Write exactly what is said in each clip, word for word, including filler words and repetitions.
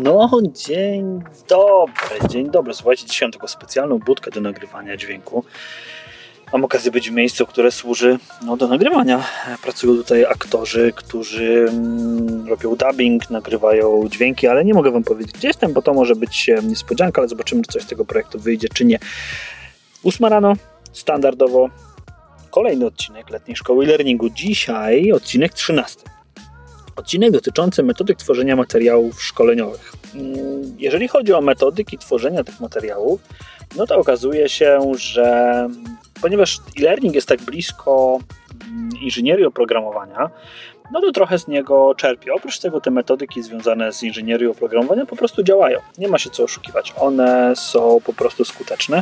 No, dzień dobry, dzień dobry. Słuchajcie, dzisiaj mam taką specjalną budkę do nagrywania dźwięku. Mam okazję być w miejscu, które służy no, do nagrywania. Pracują tutaj aktorzy, którzy mm, robią dubbing, nagrywają dźwięki, ale nie mogę wam powiedzieć, gdzie jestem, bo to może być niespodzianka, ale zobaczymy, czy coś z tego projektu wyjdzie, czy nie. Ósma rano, standardowo, kolejny odcinek Letniej Szkoły e-learningu. Dzisiaj odcinek trzynasty. Odcinek dotyczący metodyk tworzenia materiałów szkoleniowych. Jeżeli chodzi o metodyki tworzenia tych materiałów, no to okazuje się, że ponieważ e-learning jest tak blisko inżynierii oprogramowania, no to trochę z niego czerpie. Oprócz tego te metodyki związane z inżynierią oprogramowania po prostu działają. Nie ma się co oszukiwać. One są po prostu skuteczne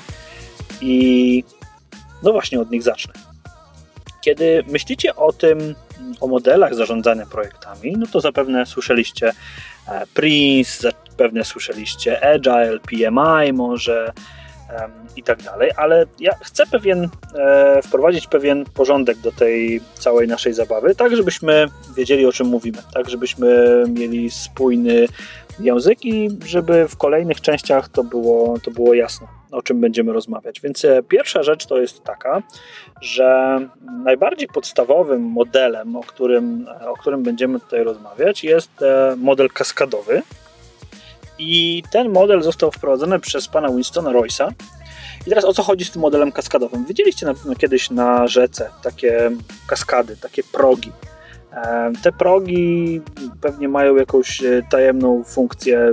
i no właśnie od nich zacznę. Kiedy myślicie o tym, o modelach zarządzania projektami, no to zapewne słyszeliście Prince, zapewne słyszeliście Agile, P M I może um, i tak dalej, ale ja chcę pewien, e, wprowadzić pewien porządek do tej całej naszej zabawy, tak żebyśmy wiedzieli, o czym mówimy, tak żebyśmy mieli spójny język i żeby w kolejnych częściach to było, to było jasne, o czym będziemy rozmawiać. Więc pierwsza rzecz to jest taka, że najbardziej podstawowym modelem, o którym, o którym będziemy tutaj rozmawiać, jest model kaskadowy. I ten model został wprowadzony przez pana Winstona Royce'a. I teraz o co chodzi z tym modelem kaskadowym? Widzieliście na pewno kiedyś na rzece takie kaskady, takie progi. Te progi pewnie mają jakąś tajemną funkcję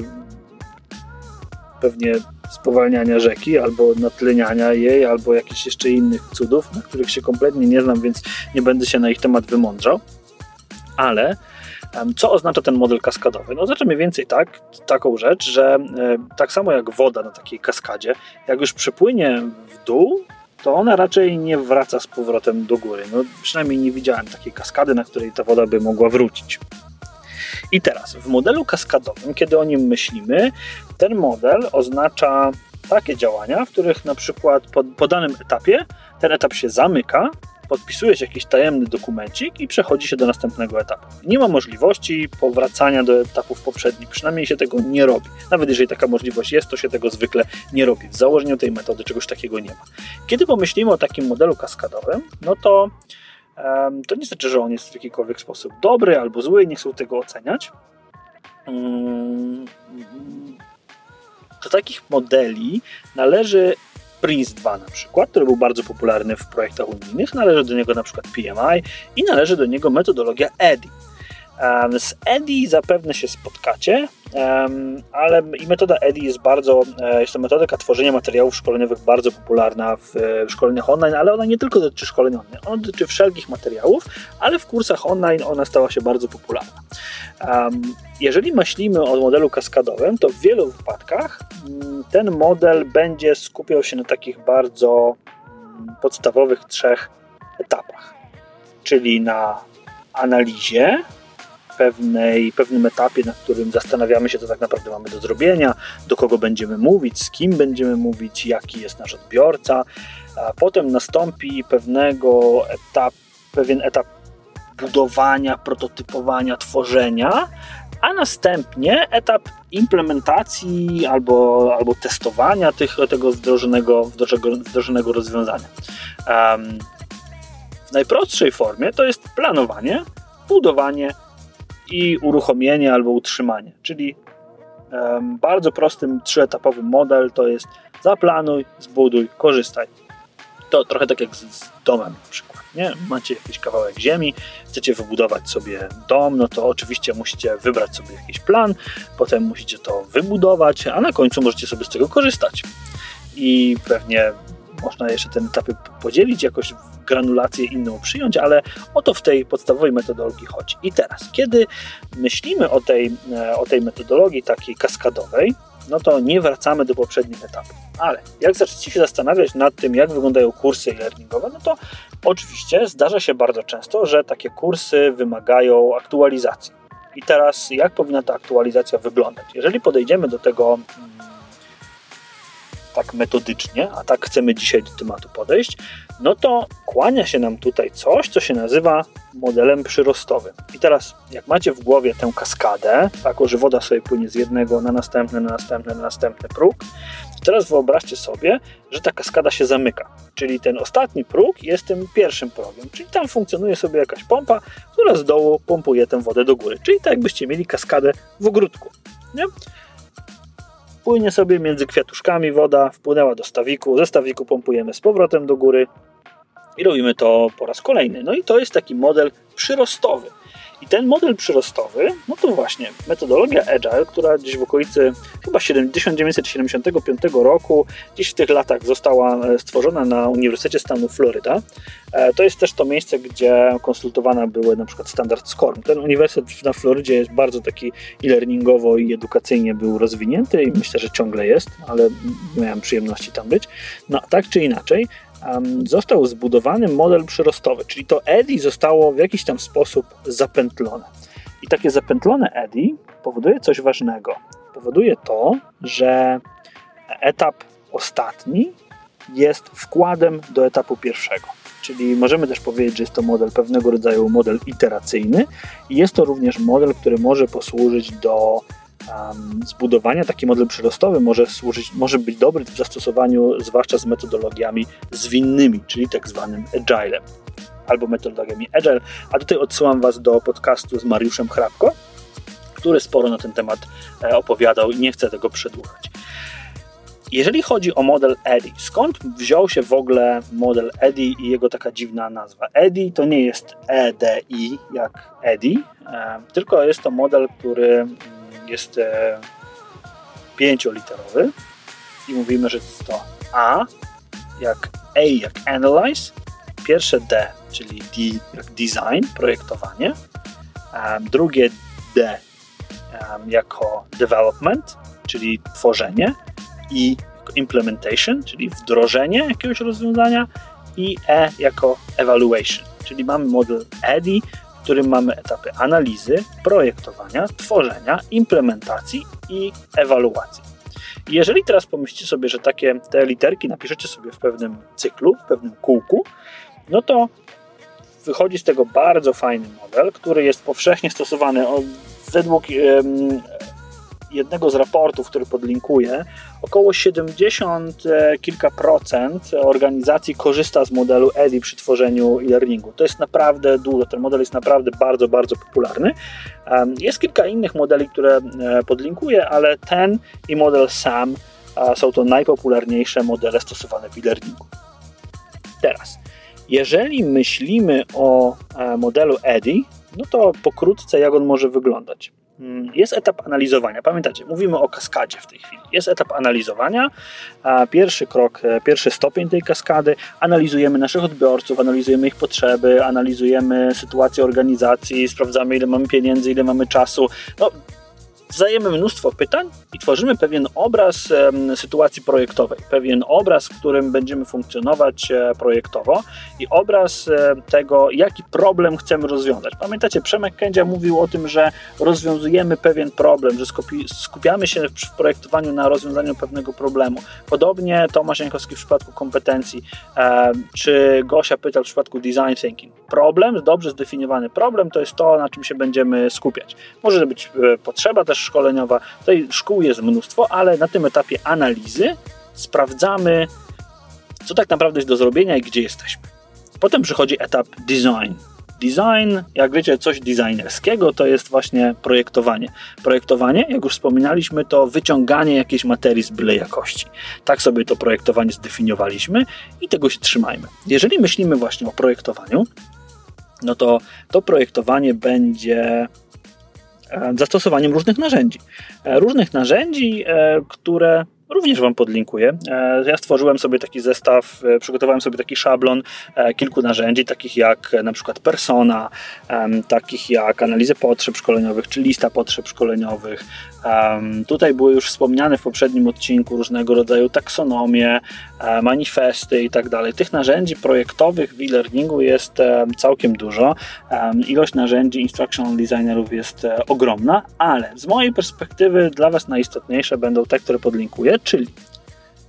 pewnie spowalniania rzeki, albo natleniania jej, albo jakichś jeszcze innych cudów, na których się kompletnie nie znam, więc nie będę się na ich temat wymądrzał. Ale co oznacza ten model kaskadowy? No oznacza mniej więcej tak, taką rzecz, że tak samo jak woda na takiej kaskadzie, jak już przypłynie w dół, to ona raczej nie wraca z powrotem do góry. No, przynajmniej nie widziałem takiej kaskady, na której ta woda by mogła wrócić. I teraz, w modelu kaskadowym, kiedy o nim myślimy, ten model oznacza takie działania, w których na przykład po, po danym etapie ten etap się zamyka, podpisuje się jakiś tajemny dokumencik i przechodzi się do następnego etapu. Nie ma możliwości powracania do etapów poprzednich, przynajmniej się tego nie robi. Nawet jeżeli taka możliwość jest, to się tego zwykle nie robi. W założeniu tej metody czegoś takiego nie ma. Kiedy pomyślimy o takim modelu kaskadowym, no to um, to nie znaczy, że on jest w jakikolwiek sposób dobry albo zły, nie chcę tego oceniać. Um, do takich modeli należy Prince dwa na przykład, który był bardzo popularny w projektach unijnych, należy do niego na przykład P M I i należy do niego metodologia E D I. Z E D I zapewne się spotkacie, ale i metoda E D I jest bardzo, jest to metodyka tworzenia materiałów szkoleniowych bardzo popularna w szkoleniach online, ale ona nie tylko dotyczy szkoleń online, ona dotyczy wszelkich materiałów, ale w kursach online ona stała się bardzo popularna. Jeżeli myślimy o modelu kaskadowym, to w wielu wypadkach ten model będzie skupiał się na takich bardzo podstawowych trzech etapach, czyli na analizie, Pewnej, pewnym etapie, na którym zastanawiamy się, co tak naprawdę mamy do zrobienia, do kogo będziemy mówić, z kim będziemy mówić, jaki jest nasz odbiorca. A potem nastąpi pewnego etap, pewien etap budowania, prototypowania, tworzenia, a następnie etap implementacji albo, albo testowania tych, tego wdrożonego, wdrożonego rozwiązania. Um, w najprostszej formie to jest planowanie, budowanie i uruchomienie albo utrzymanie, czyli um, bardzo prostym trzyetapowym model to jest zaplanuj, zbuduj, korzystaj. To trochę tak jak z, z domem na przykład, nie? Macie jakiś kawałek ziemi, chcecie wybudować sobie dom, no to oczywiście musicie wybrać sobie jakiś plan, potem musicie to wybudować, a na końcu możecie sobie z tego korzystać. I pewnie można jeszcze te etapy podzielić, jakoś granulację inną przyjąć, ale o to w tej podstawowej metodologii chodzi. I teraz, kiedy myślimy o tej, o tej metodologii takiej kaskadowej, no to nie wracamy do poprzednich etapów. Ale jak zaczniecie się zastanawiać nad tym, jak wyglądają kursy e-learningowe, no to oczywiście zdarza się bardzo często, że takie kursy wymagają aktualizacji. I teraz, jak powinna ta aktualizacja wyglądać? Jeżeli podejdziemy do tego tak metodycznie, a tak chcemy dzisiaj do tematu podejść, no to kłania się nam tutaj coś, co się nazywa modelem przyrostowym. I teraz, jak macie w głowie tę kaskadę, taką, że woda sobie płynie z jednego na następny, na następny, na następny próg, to teraz wyobraźcie sobie, że ta kaskada się zamyka. Czyli ten ostatni próg jest tym pierwszym progiem. Czyli tam funkcjonuje sobie jakaś pompa, która z dołu pompuje tę wodę do góry. Czyli tak jakbyście mieli kaskadę w ogródku. Nie? Płynie sobie między kwiatuszkami woda, wpłynęła do stawiku, ze stawiku pompujemy z powrotem do góry i robimy to po raz kolejny. No i to jest taki model przyrostowy. I ten model przyrostowy, no to właśnie metodologia Agile, która gdzieś w okolicy chyba tysiąc dziewięćset siedemdziesiątego piątego roku, gdzieś w tych latach została stworzona na Uniwersytecie stanu Floryda. To jest też to miejsce, gdzie konsultowane były na przykład standard SCORM. Ten uniwersytet na Florydzie jest bardzo taki e-learningowo i edukacyjnie był rozwinięty i myślę, że ciągle jest, ale nie miałem przyjemności tam być. No tak czy inaczej, Um, został zbudowany model przyrostowy, czyli to E D I zostało w jakiś tam sposób zapętlone. I takie zapętlone E D I powoduje coś ważnego. Powoduje to, że etap ostatni jest wkładem do etapu pierwszego. Czyli możemy też powiedzieć, że jest to model pewnego rodzaju model iteracyjny i jest to również model, który może posłużyć do Um, zbudowania. Taki model przyrostowy może służyć, może być dobry w zastosowaniu zwłaszcza z metodologiami zwinnymi, czyli tak zwanym Agilem albo metodologiami Agile, a tutaj odsyłam Was do podcastu z Mariuszem Hrabko, który sporo na ten temat opowiadał i nie chcę tego przedłużać. Jeżeli chodzi o model E D I, skąd wziął się w ogóle model E D I i jego taka dziwna nazwa? E D I to nie jest E D I jak E D I, tylko jest to model, który jest e, pięcioliterowy i mówimy, że jest to A jak A jak Analyze, pierwsze D, czyli D jak Design, projektowanie, um, drugie D um, jako Development, czyli tworzenie, i Implementation, czyli wdrożenie jakiegoś rozwiązania, i E jako Evaluation, czyli mamy model E D I, w którym mamy etapy analizy, projektowania, tworzenia, implementacji i ewaluacji. I jeżeli teraz pomyślicie sobie, że takie te literki napiszecie sobie w pewnym cyklu, w pewnym kółku, no to wychodzi z tego bardzo fajny model, który jest powszechnie stosowany. Według um, jednego z raportów, który podlinkuję, około siedemdziesiąt kilka procent organizacji korzysta z modelu E D I przy tworzeniu e-learningu. To jest naprawdę dużo, ten model jest naprawdę bardzo, bardzo popularny. Jest kilka innych modeli, które podlinkuję, ale ten i model SAM są to najpopularniejsze modele stosowane w e-learningu. Teraz, jeżeli myślimy o modelu E D I, no to pokrótce jak on może wyglądać. Jest etap analizowania. Pamiętacie, mówimy o kaskadzie w tej chwili. Jest etap analizowania. Pierwszy krok, pierwszy stopień tej kaskady. Analizujemy naszych odbiorców, analizujemy ich potrzeby, analizujemy sytuację organizacji, sprawdzamy, ile mamy pieniędzy, ile mamy czasu. No, zadajemy mnóstwo pytań i tworzymy pewien obraz e, sytuacji projektowej, pewien obraz, w którym będziemy funkcjonować e, projektowo i obraz e, tego, jaki problem chcemy rozwiązać. Pamiętacie, Przemek Kędzia mówił o tym, że rozwiązujemy pewien problem, że skupi, skupiamy się w projektowaniu na rozwiązaniu pewnego problemu. Podobnie Tomasz Jankowski w przypadku kompetencji, e, czy Gosia pytał w przypadku design thinking. Problem, dobrze zdefiniowany problem, to jest to, na czym się będziemy skupiać. Może być e, potrzeba też szkoleniowa. Tutaj szkół jest mnóstwo, ale na tym etapie analizy sprawdzamy, co tak naprawdę jest do zrobienia i gdzie jesteśmy. Potem przychodzi etap design. Design, jak wiecie, coś designerskiego, to jest właśnie projektowanie. Projektowanie, jak już wspominaliśmy, to wyciąganie jakiejś materii z byle jakości. Tak sobie to projektowanie zdefiniowaliśmy i tego się trzymajmy. Jeżeli myślimy właśnie o projektowaniu, no to to projektowanie będzie zastosowaniem różnych narzędzi. Różnych narzędzi, które również Wam podlinkuję. Ja stworzyłem sobie taki zestaw, przygotowałem sobie taki szablon kilku narzędzi, takich jak na przykład persona, takich jak analizę potrzeb szkoleniowych, czy lista potrzeb szkoleniowych. Tutaj były już wspomniane w poprzednim odcinku różnego rodzaju taksonomie, manifesty i tak dalej. Tych narzędzi projektowych w e-learningu jest całkiem dużo. Ilość narzędzi instructional designerów jest ogromna, ale z mojej perspektywy dla Was najistotniejsze będą te, które podlinkuję, czyli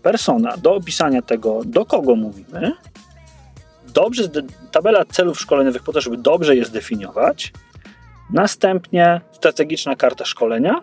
persona, do opisania tego, do kogo mówimy, dobrze, tabela celów szkoleniowych po to, żeby dobrze je zdefiniować, następnie strategiczna karta szkolenia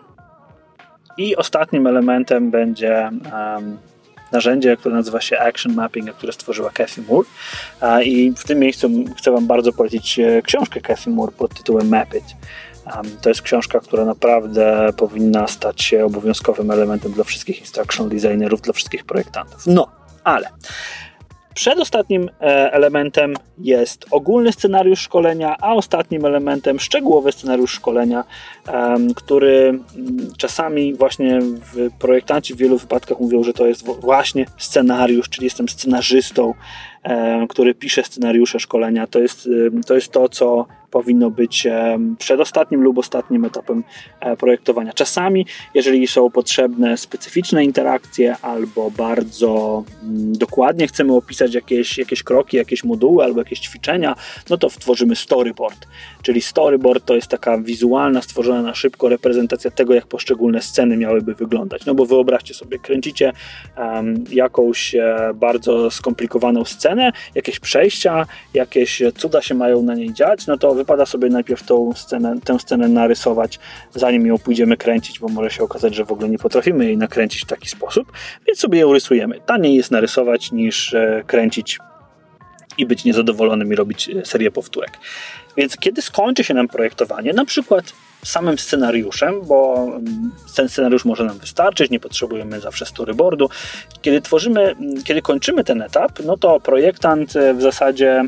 i ostatnim elementem będzie um, narzędzie, które nazywa się Action Mapping, które stworzyła Cathy Moore. I w tym miejscu chcę Wam bardzo polecić książkę Cathy Moore pod tytułem Map It. To jest książka, która naprawdę powinna stać się obowiązkowym elementem dla wszystkich instructional designerów, dla wszystkich projektantów. No, ale przedostatnim elementem jest ogólny scenariusz szkolenia, a ostatnim elementem szczegółowy scenariusz szkolenia, który czasami właśnie w projektanci w wielu wypadkach mówią, że to jest właśnie scenariusz, czyli jestem scenarzystą, który pisze scenariusze szkolenia. To jest to, jest to co powinno być przedostatnim lub ostatnim etapem projektowania. Czasami, jeżeli są potrzebne specyficzne interakcje albo bardzo dokładnie chcemy opisać jakieś, jakieś kroki, jakieś moduły albo jakieś ćwiczenia, no to tworzymy storyboard. Czyli storyboard to jest taka wizualna, stworzona na szybko reprezentacja tego, jak poszczególne sceny miałyby wyglądać. No bo wyobraźcie sobie, kręcicie um, jakąś e, bardzo skomplikowaną scenę, jakieś przejścia, jakieś cuda się mają na niej dziać, no to wypada sobie najpierw tą scenę, tę scenę narysować, zanim ją pójdziemy kręcić, bo może się okazać, że w ogóle nie potrafimy jej nakręcić w taki sposób, więc sobie ją rysujemy. Taniej jest narysować niż e, kręcić i być niezadowolonym i robić serię powtórek. Więc kiedy skończy się nam projektowanie, na przykład samym scenariuszem, bo ten scenariusz może nam wystarczyć, nie potrzebujemy zawsze storyboardu. Kiedy tworzymy, kiedy kończymy ten etap, no to projektant w zasadzie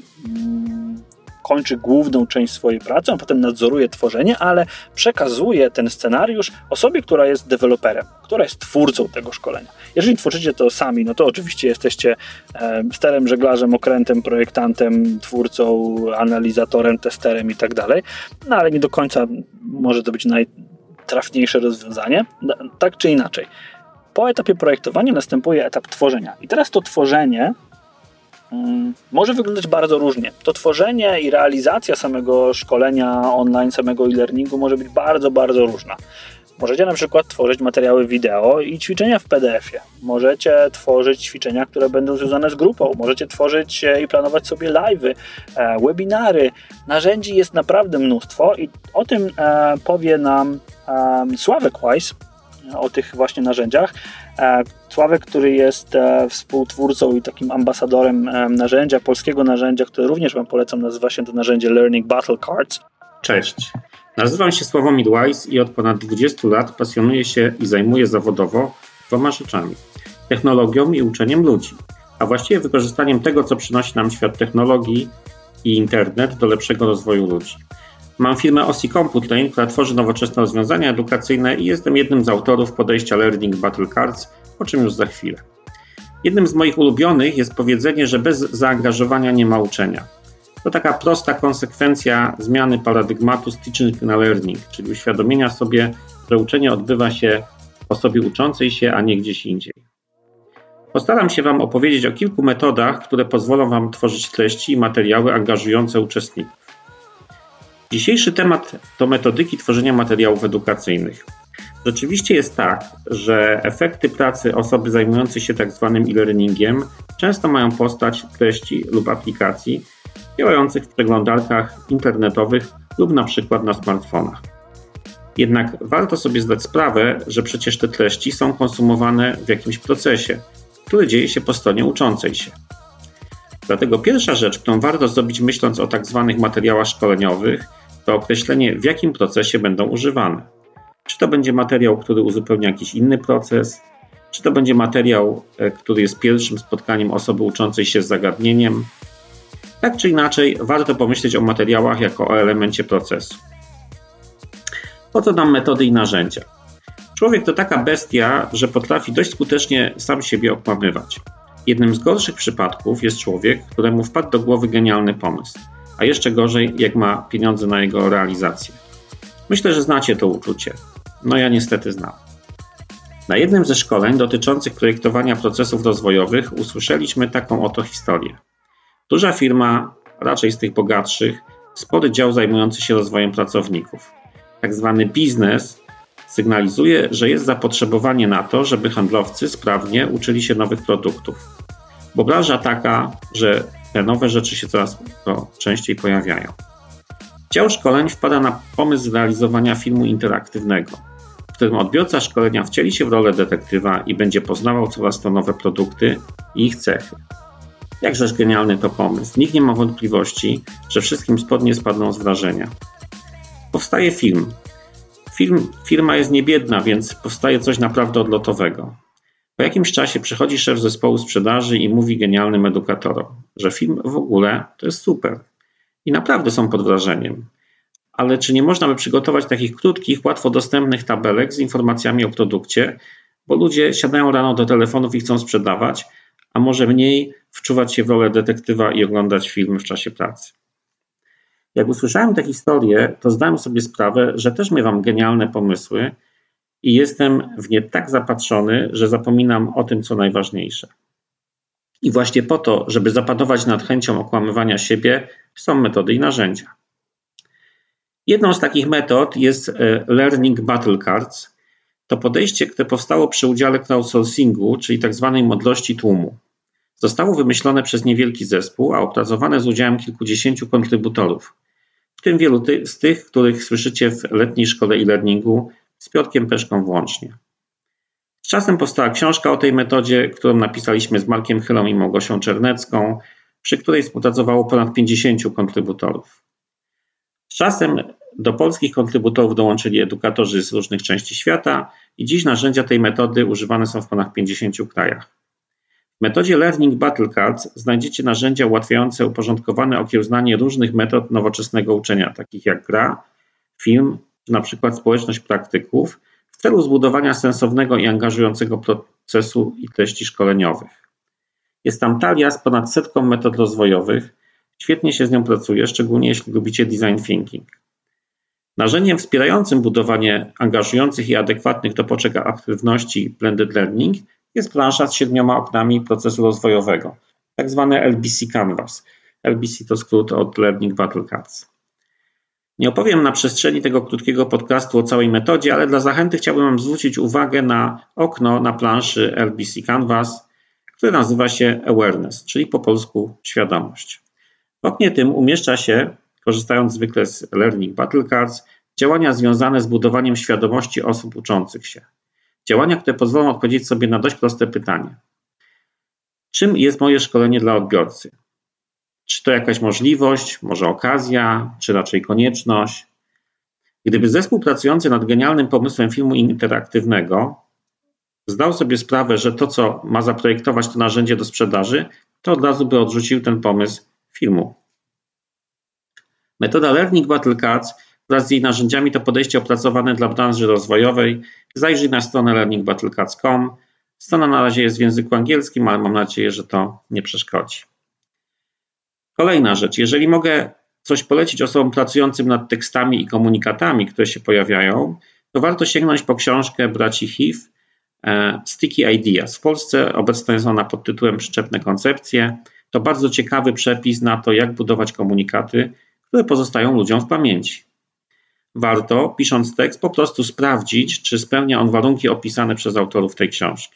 kończy główną część swojej pracy, on potem nadzoruje tworzenie, ale przekazuje ten scenariusz osobie, która jest deweloperem, która jest twórcą tego szkolenia. Jeżeli tworzycie to sami, no to oczywiście jesteście e, sterem, żeglarzem, okrętem, projektantem, twórcą, analizatorem, testerem i tak dalej, no ale nie do końca może to być najtrafniejsze rozwiązanie, tak czy inaczej. Po etapie projektowania następuje etap tworzenia i teraz to tworzenie może wyglądać bardzo różnie. To tworzenie i realizacja samego szkolenia online, samego e-learningu może być bardzo, bardzo różna. Możecie na przykład tworzyć materiały wideo i ćwiczenia w P D F ie. Możecie tworzyć ćwiczenia, które będą związane z grupą. Możecie tworzyć i planować sobie live'y, webinary. Narzędzi jest naprawdę mnóstwo i o tym powie nam Sławek Wajs, o tych właśnie narzędziach. Sławek, który jest współtwórcą i takim ambasadorem narzędzia, polskiego narzędzia, które również Wam polecam, nazywa się to narzędzie Learning Battle Cards. Cześć, nazywam się Sławomir Wajs i od ponad dwudziestu lat pasjonuję się i zajmuję zawodowo dwoma rzeczami. Technologią i uczeniem ludzi, a właściwie wykorzystaniem tego, co przynosi nam świat technologii i internet do lepszego rozwoju ludzi. Mam firmę O S I Computrain, która tworzy nowoczesne rozwiązania edukacyjne i jestem jednym z autorów podejścia Learning Battle Cards, o czym już za chwilę. Jednym z moich ulubionych jest powiedzenie, że bez zaangażowania nie ma uczenia. To taka prosta konsekwencja zmiany paradygmatu z teaching na learning, czyli uświadomienia sobie, że uczenie odbywa się w osobie uczącej się, a nie gdzieś indziej. Postaram się Wam opowiedzieć o kilku metodach, które pozwolą Wam tworzyć treści i materiały angażujące uczestników. Dzisiejszy temat to metodyki tworzenia materiałów edukacyjnych. Rzeczywiście jest tak, że efekty pracy osoby zajmującej się tak zwanym e-learningiem często mają postać treści lub aplikacji działających w przeglądarkach internetowych lub na przykład na smartfonach. Jednak warto sobie zdać sprawę, że przecież te treści są konsumowane w jakimś procesie, który dzieje się po stronie uczącej się. Dlatego pierwsza rzecz, którą warto zrobić myśląc o tak zwanych materiałach szkoleniowych, to określenie, w jakim procesie będą używane. Czy to będzie materiał, który uzupełnia jakiś inny proces, czy to będzie materiał, który jest pierwszym spotkaniem osoby uczącej się z zagadnieniem. Tak czy inaczej, warto pomyśleć o materiałach jako o elemencie procesu. Po co nam metody i narzędzia? Człowiek to taka bestia, że potrafi dość skutecznie sam siebie okłamywać. Jednym z gorszych przypadków jest człowiek, któremu wpadł do głowy genialny pomysł, a jeszcze gorzej, jak ma pieniądze na jego realizację. Myślę, że znacie to uczucie. No ja niestety znam. Na jednym ze szkoleń dotyczących projektowania procesów rozwojowych usłyszeliśmy taką oto historię. Duża firma, raczej z tych bogatszych, spory dział zajmujący się rozwojem pracowników. Tak zwany biznes Sygnalizuje, że jest zapotrzebowanie na to, żeby handlowcy sprawnie uczyli się nowych produktów. Bo branża taka, że te nowe rzeczy się coraz częściej pojawiają. Dział szkoleń wpada na pomysł zrealizowania filmu interaktywnego, w którym odbiorca szkolenia wcieli się w rolę detektywa i będzie poznawał coraz to nowe produkty i ich cechy. Jakżeż genialny to pomysł. Nikt nie ma wątpliwości, że wszystkim spodnie spadną z wrażenia. Powstaje film. Film, firma jest niebiedna, więc powstaje coś naprawdę odlotowego. Po jakimś czasie przychodzi szef zespołu sprzedaży i mówi genialnym edukatorom, że film w ogóle to jest super. I naprawdę są pod wrażeniem. Ale czy nie można by przygotować takich krótkich, łatwo dostępnych tabelek z informacjami o produkcie, bo ludzie siadają rano do telefonów i chcą sprzedawać, a może mniej wczuwać się w rolę detektywa i oglądać film w czasie pracy. Jak usłyszałem tę historię, to zdałem sobie sprawę, że też miewam genialne pomysły i jestem w nie tak zapatrzony, że zapominam o tym, co najważniejsze. I właśnie po to, żeby zapanować nad chęcią okłamywania siebie, są metody i narzędzia. Jedną z takich metod jest Learning Battle Cards. To podejście, które powstało przy udziale crowdsourcingu, czyli tzw. modlości tłumu. Zostało wymyślone przez niewielki zespół, a opracowane z udziałem kilkudziesięciu kontrybutorów, w tym wielu ty- z tych, których słyszycie w letniej szkole e-learningu, z Piotrkiem Peszką włącznie. Z czasem powstała książka o tej metodzie, którą napisaliśmy z Markiem Chylą i Małgosią Czernecką, przy której współpracowało ponad pięćdziesięciu kontrybutorów. Z czasem do polskich kontrybutorów dołączyli edukatorzy z różnych części świata i dziś narzędzia tej metody używane są w ponad pięćdziesięciu krajach. W metodzie Learning Battle Cards znajdziecie narzędzia ułatwiające uporządkowane okiełznanie różnych metod nowoczesnego uczenia, takich jak gra, film, czy na przykład społeczność praktyków, w celu zbudowania sensownego i angażującego procesu i treści szkoleniowych. Jest tam talia z ponad setką metod rozwojowych. Świetnie się z nią pracuje, szczególnie jeśli lubicie design thinking. Narzędziem wspierającym budowanie angażujących i adekwatnych do potrzeb aktywności blended learning jest plansza z siedmioma oknami procesu rozwojowego, tak zwane L B C Canvas. L B C to skrót od Learning Battle Cards. Nie opowiem na przestrzeni tego krótkiego podcastu o całej metodzie, ale dla zachęty chciałbym wam zwrócić uwagę na okno na planszy L B C Canvas, które nazywa się Awareness, czyli po polsku świadomość. W oknie tym umieszcza się, korzystając zwykle z Learning Battle Cards, działania związane z budowaniem świadomości osób uczących się. Działania, które pozwolą odpowiedzieć sobie na dość proste pytanie. Czym jest moje szkolenie dla odbiorcy? Czy to jakaś możliwość, może okazja, czy raczej konieczność? Gdyby zespół pracujący nad genialnym pomysłem filmu interaktywnego zdał sobie sprawę, że to, co ma zaprojektować to narzędzie do sprzedaży, to od razu by odrzucił ten pomysł filmu. Metoda Learning Battle Cards wraz z jej narzędziami to podejście opracowane dla branży rozwojowej. Zajrzyj na stronę learning battle cards kropka com. Strona na razie jest w języku angielskim, ale mam nadzieję, że to nie przeszkodzi. Kolejna rzecz. Jeżeli mogę coś polecić osobom pracującym nad tekstami i komunikatami, które się pojawiają, to warto sięgnąć po książkę braci Heath Sticky Ideas. W Polsce obecna jest ona pod tytułem Przyczepne koncepcje. To bardzo ciekawy przepis na to, jak budować komunikaty, które pozostają ludziom w pamięci. Warto, pisząc tekst, po prostu sprawdzić, czy spełnia on warunki opisane przez autorów tej książki.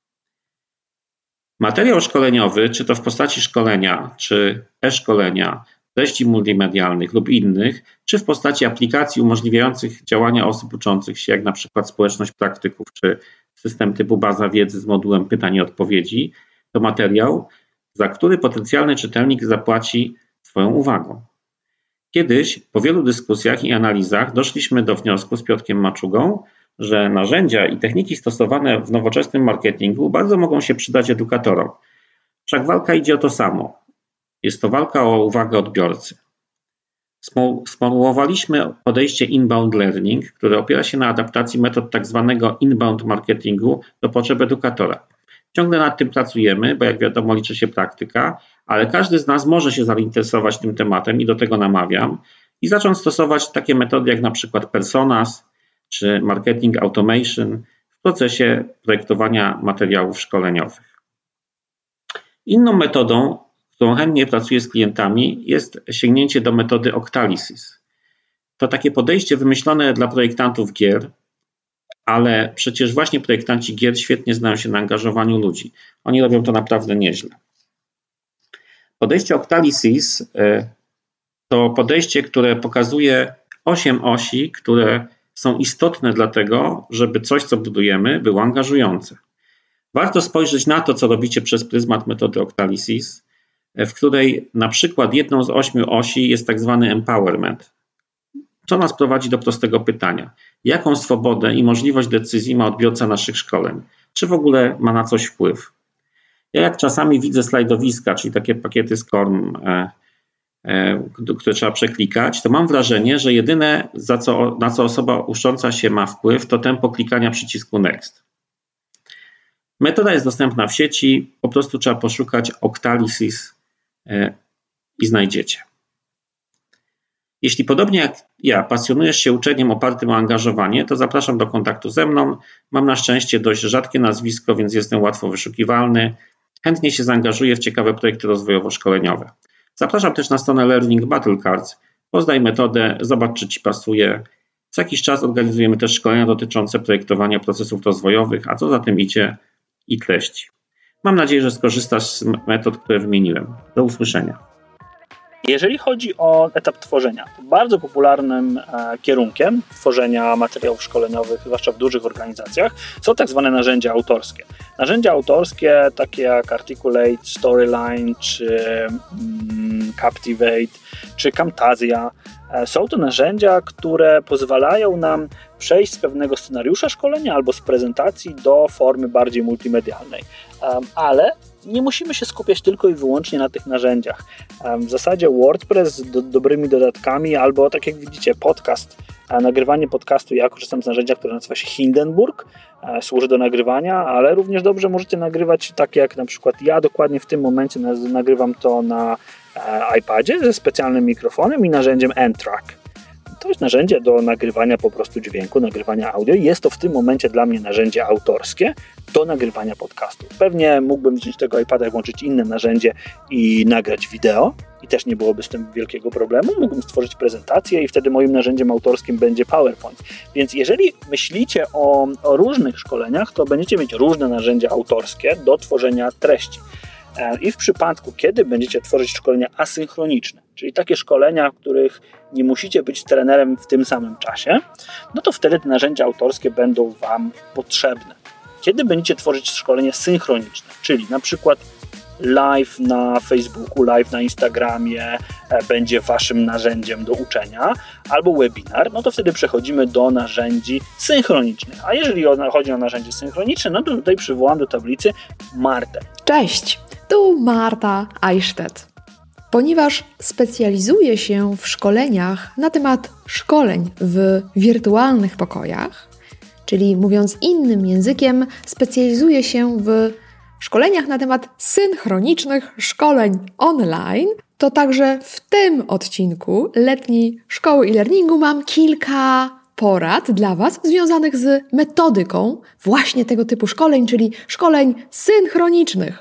Materiał szkoleniowy, czy to w postaci szkolenia, czy e-szkolenia, treści multimedialnych lub innych, czy w postaci aplikacji umożliwiających działania osób uczących się, jak na przykład społeczność praktyków, czy system typu baza wiedzy z modułem pytań i odpowiedzi, to materiał, za który potencjalny czytelnik zapłaci swoją uwagą. Kiedyś, po wielu dyskusjach i analizach, doszliśmy do wniosku z Piotrkiem Maczugą, że narzędzia i techniki stosowane w nowoczesnym marketingu bardzo mogą się przydać edukatorom. Wszak walka idzie o to samo. Jest to walka o uwagę odbiorcy. Sformułowaliśmy podejście inbound learning, które opiera się na adaptacji metod tak zwanego inbound marketingu do potrzeb edukatora. Ciągle nad tym pracujemy, bo jak wiadomo liczy się praktyka, ale każdy z nas może się zainteresować tym tematem i do tego namawiam i zacząć stosować takie metody jak na przykład personas czy marketing automation w procesie projektowania materiałów szkoleniowych. Inną metodą, którą chętnie pracuję z klientami, jest sięgnięcie do metody Octalysis. To takie podejście wymyślone dla projektantów gier, ale przecież właśnie projektanci gier świetnie znają się na angażowaniu ludzi. Oni robią to naprawdę nieźle. Podejście Octalisys to podejście, które pokazuje osiem osi, które są istotne dlatego, żeby coś, co budujemy, było angażujące. Warto spojrzeć na to, co robicie przez pryzmat metody Octalisys, w której na przykład jedną z ośmiu osi jest tak zwany empowerment. Co nas prowadzi do prostego pytania. Jaką swobodę i możliwość decyzji ma odbiorca naszych szkoleń? Czy w ogóle ma na coś wpływ? Ja jak czasami widzę slajdowiska, czyli takie pakiety z Korm, e, e, które trzeba przeklikać, to mam wrażenie, że jedyne, za co, na co osoba ucząca się ma wpływ, to tempo klikania przycisku Next. Metoda jest dostępna w sieci, po prostu trzeba poszukać Octalisys e, i znajdziecie. Jeśli podobnie jak ja pasjonujesz się uczeniem opartym o angażowanie, to zapraszam do kontaktu ze mną. Mam na szczęście dość rzadkie nazwisko, więc jestem łatwo wyszukiwalny. Chętnie się zaangażuję w ciekawe projekty rozwojowo-szkoleniowe. Zapraszam też na stronę Learning Battle Cards. Poznaj metodę, zobacz, czy Ci pasuje. Co jakiś czas organizujemy też szkolenia dotyczące projektowania procesów rozwojowych, a co za tym idzie, i treści. Mam nadzieję, że skorzystasz z metod, które wymieniłem. Do usłyszenia. Jeżeli chodzi o etap tworzenia, to bardzo popularnym e, kierunkiem tworzenia materiałów szkoleniowych, zwłaszcza w dużych organizacjach, są tak zwane narzędzia autorskie. Narzędzia autorskie takie jak Articulate, Storyline, czy mm, Captivate, czy Camtasia. E, są to narzędzia, które pozwalają nam przejść z pewnego scenariusza szkolenia albo z prezentacji do formy bardziej multimedialnej. E, ale nie musimy się skupiać tylko i wyłącznie na tych narzędziach. W zasadzie WordPress z do, dobrymi dodatkami albo tak jak widzicie podcast, nagrywanie podcastu, ja korzystam z narzędzia, które nazywa się Hindenburg, służy do nagrywania, ale również dobrze możecie nagrywać tak jak na przykład ja dokładnie w tym momencie nagrywam to na iPadzie ze specjalnym mikrofonem i narzędziem N-Track. To jest narzędzie do nagrywania po prostu dźwięku, nagrywania audio i jest to w tym momencie dla mnie narzędzie autorskie do nagrywania podcastu. Pewnie mógłbym wziąć tego iPada i włączyć inne narzędzie i nagrać wideo i też nie byłoby z tym wielkiego problemu. Mógłbym stworzyć prezentację i wtedy moim narzędziem autorskim będzie PowerPoint. Więc jeżeli myślicie o, o różnych szkoleniach, to będziecie mieć różne narzędzia autorskie do tworzenia treści. I w przypadku, kiedy będziecie tworzyć szkolenia asynchroniczne, czyli takie szkolenia, w których nie musicie być z trenerem w tym samym czasie, no to wtedy te narzędzia autorskie będą Wam potrzebne. Kiedy będziecie tworzyć szkolenie synchroniczne, czyli na przykład live na Facebooku, live na Instagramie będzie Waszym narzędziem do uczenia, albo webinar, no to wtedy przechodzimy do narzędzi synchronicznych. A jeżeli chodzi o narzędzie synchroniczne, no to tutaj przywołam do tablicy Martę. Cześć, tu Marta Eichstädt. Ponieważ specjalizuję się w szkoleniach na temat szkoleń w wirtualnych pokojach, czyli mówiąc innym językiem, specjalizuję się w szkoleniach na temat synchronicznych szkoleń online, to także w tym odcinku Letniej Szkoły e-learningu mam kilka porad dla Was związanych z metodyką właśnie tego typu szkoleń, czyli szkoleń synchronicznych.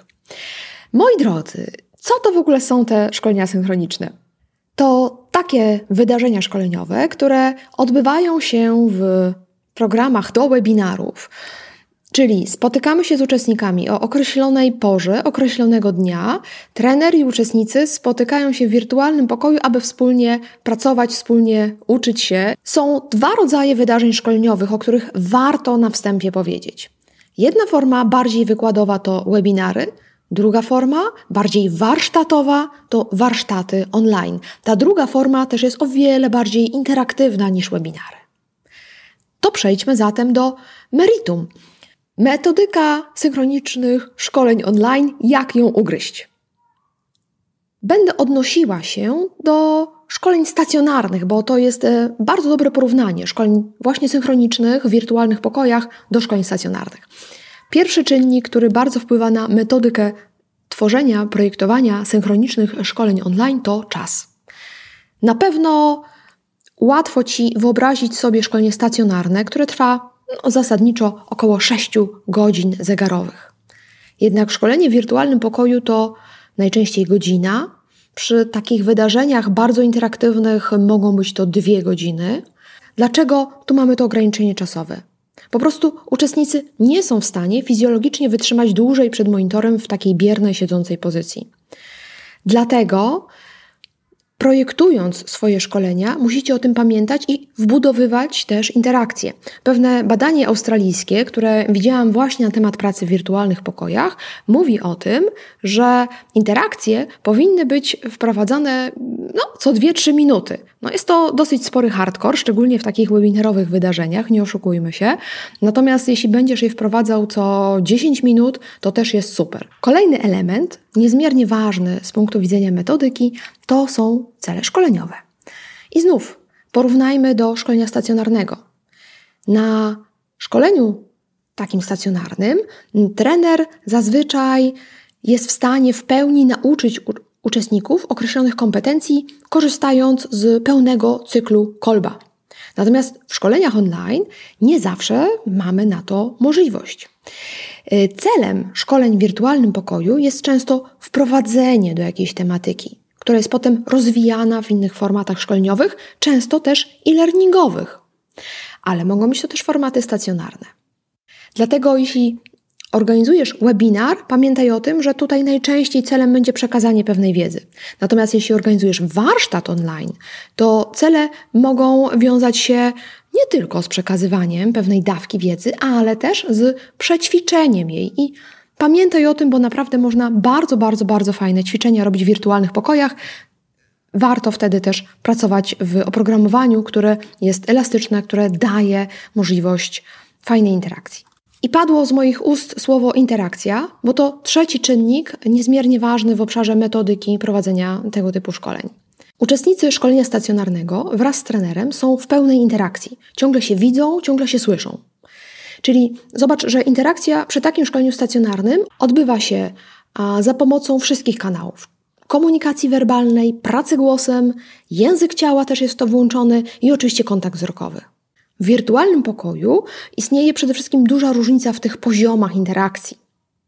Moi drodzy, co to w ogóle są te szkolenia synchroniczne? To takie wydarzenia szkoleniowe, które odbywają się w programach do webinarów, czyli spotykamy się z uczestnikami o określonej porze, określonego dnia. Trener i uczestnicy spotykają się w wirtualnym pokoju, aby wspólnie pracować, wspólnie uczyć się. Są dwa rodzaje wydarzeń szkoleniowych, o których warto na wstępie powiedzieć. Jedna forma bardziej wykładowa to webinary, druga forma bardziej warsztatowa to warsztaty online. Ta druga forma też jest o wiele bardziej interaktywna niż webinary. To przejdźmy zatem do meritum. Metodyka synchronicznych szkoleń online, jak ją ugryźć? Będę odnosiła się do szkoleń stacjonarnych, bo to jest bardzo dobre porównanie szkoleń właśnie synchronicznych w wirtualnych pokojach do szkoleń stacjonarnych. Pierwszy czynnik, który bardzo wpływa na metodykę tworzenia, projektowania synchronicznych szkoleń online, to czas. Na pewno łatwo Ci wyobrazić sobie szkolenie stacjonarne, które trwa no, zasadniczo około sześć godzin zegarowych. Jednak szkolenie w wirtualnym pokoju to najczęściej godzina. Przy takich wydarzeniach bardzo interaktywnych mogą być to dwie godziny. Dlaczego tu mamy to ograniczenie czasowe? Po prostu uczestnicy nie są w stanie fizjologicznie wytrzymać dłużej przed monitorem w takiej biernej, siedzącej pozycji. Dlatego projektując swoje szkolenia, musicie o tym pamiętać i wbudowywać też interakcje. Pewne badanie australijskie, które widziałam właśnie na temat pracy w wirtualnych pokojach, mówi o tym, że interakcje powinny być wprowadzane no, co dwie trzy minuty. No, jest to dosyć spory hardcore, szczególnie w takich webinarowych wydarzeniach, nie oszukujmy się. Natomiast jeśli będziesz je wprowadzał co dziesięć minut, to też jest super. Kolejny element, niezmiernie ważny z punktu widzenia metodyki, to są cele szkoleniowe. I znów porównajmy do szkolenia stacjonarnego. Na szkoleniu takim stacjonarnym trener zazwyczaj jest w stanie w pełni nauczyć uczestników określonych kompetencji, korzystając z pełnego cyklu Kolba. Natomiast w szkoleniach online nie zawsze mamy na to możliwość. Celem szkoleń w wirtualnym pokoju jest często wprowadzenie do jakiejś tematyki, która jest potem rozwijana w innych formatach szkoleniowych, często też e-learningowych. Ale mogą być to też formaty stacjonarne. Dlatego jeśli organizujesz webinar, pamiętaj o tym, że tutaj najczęściej celem będzie przekazanie pewnej wiedzy. Natomiast jeśli organizujesz warsztat online, to cele mogą wiązać się nie tylko z przekazywaniem pewnej dawki wiedzy, ale też z przećwiczeniem jej. I pamiętaj o tym, bo naprawdę można bardzo, bardzo, bardzo fajne ćwiczenia robić w wirtualnych pokojach. Warto wtedy też pracować w oprogramowaniu, które jest elastyczne, które daje możliwość fajnej interakcji. I padło z moich ust słowo interakcja, bo to trzeci czynnik niezmiernie ważny w obszarze metodyki prowadzenia tego typu szkoleń. Uczestnicy szkolenia stacjonarnego wraz z trenerem są w pełnej interakcji. Ciągle się widzą, ciągle się słyszą. Czyli zobacz, że interakcja przy takim szkoleniu stacjonarnym odbywa się za pomocą wszystkich kanałów. Komunikacji werbalnej, pracy głosem, język ciała też jest w to włączony i oczywiście kontakt wzrokowy. W wirtualnym pokoju istnieje przede wszystkim duża różnica w tych poziomach interakcji.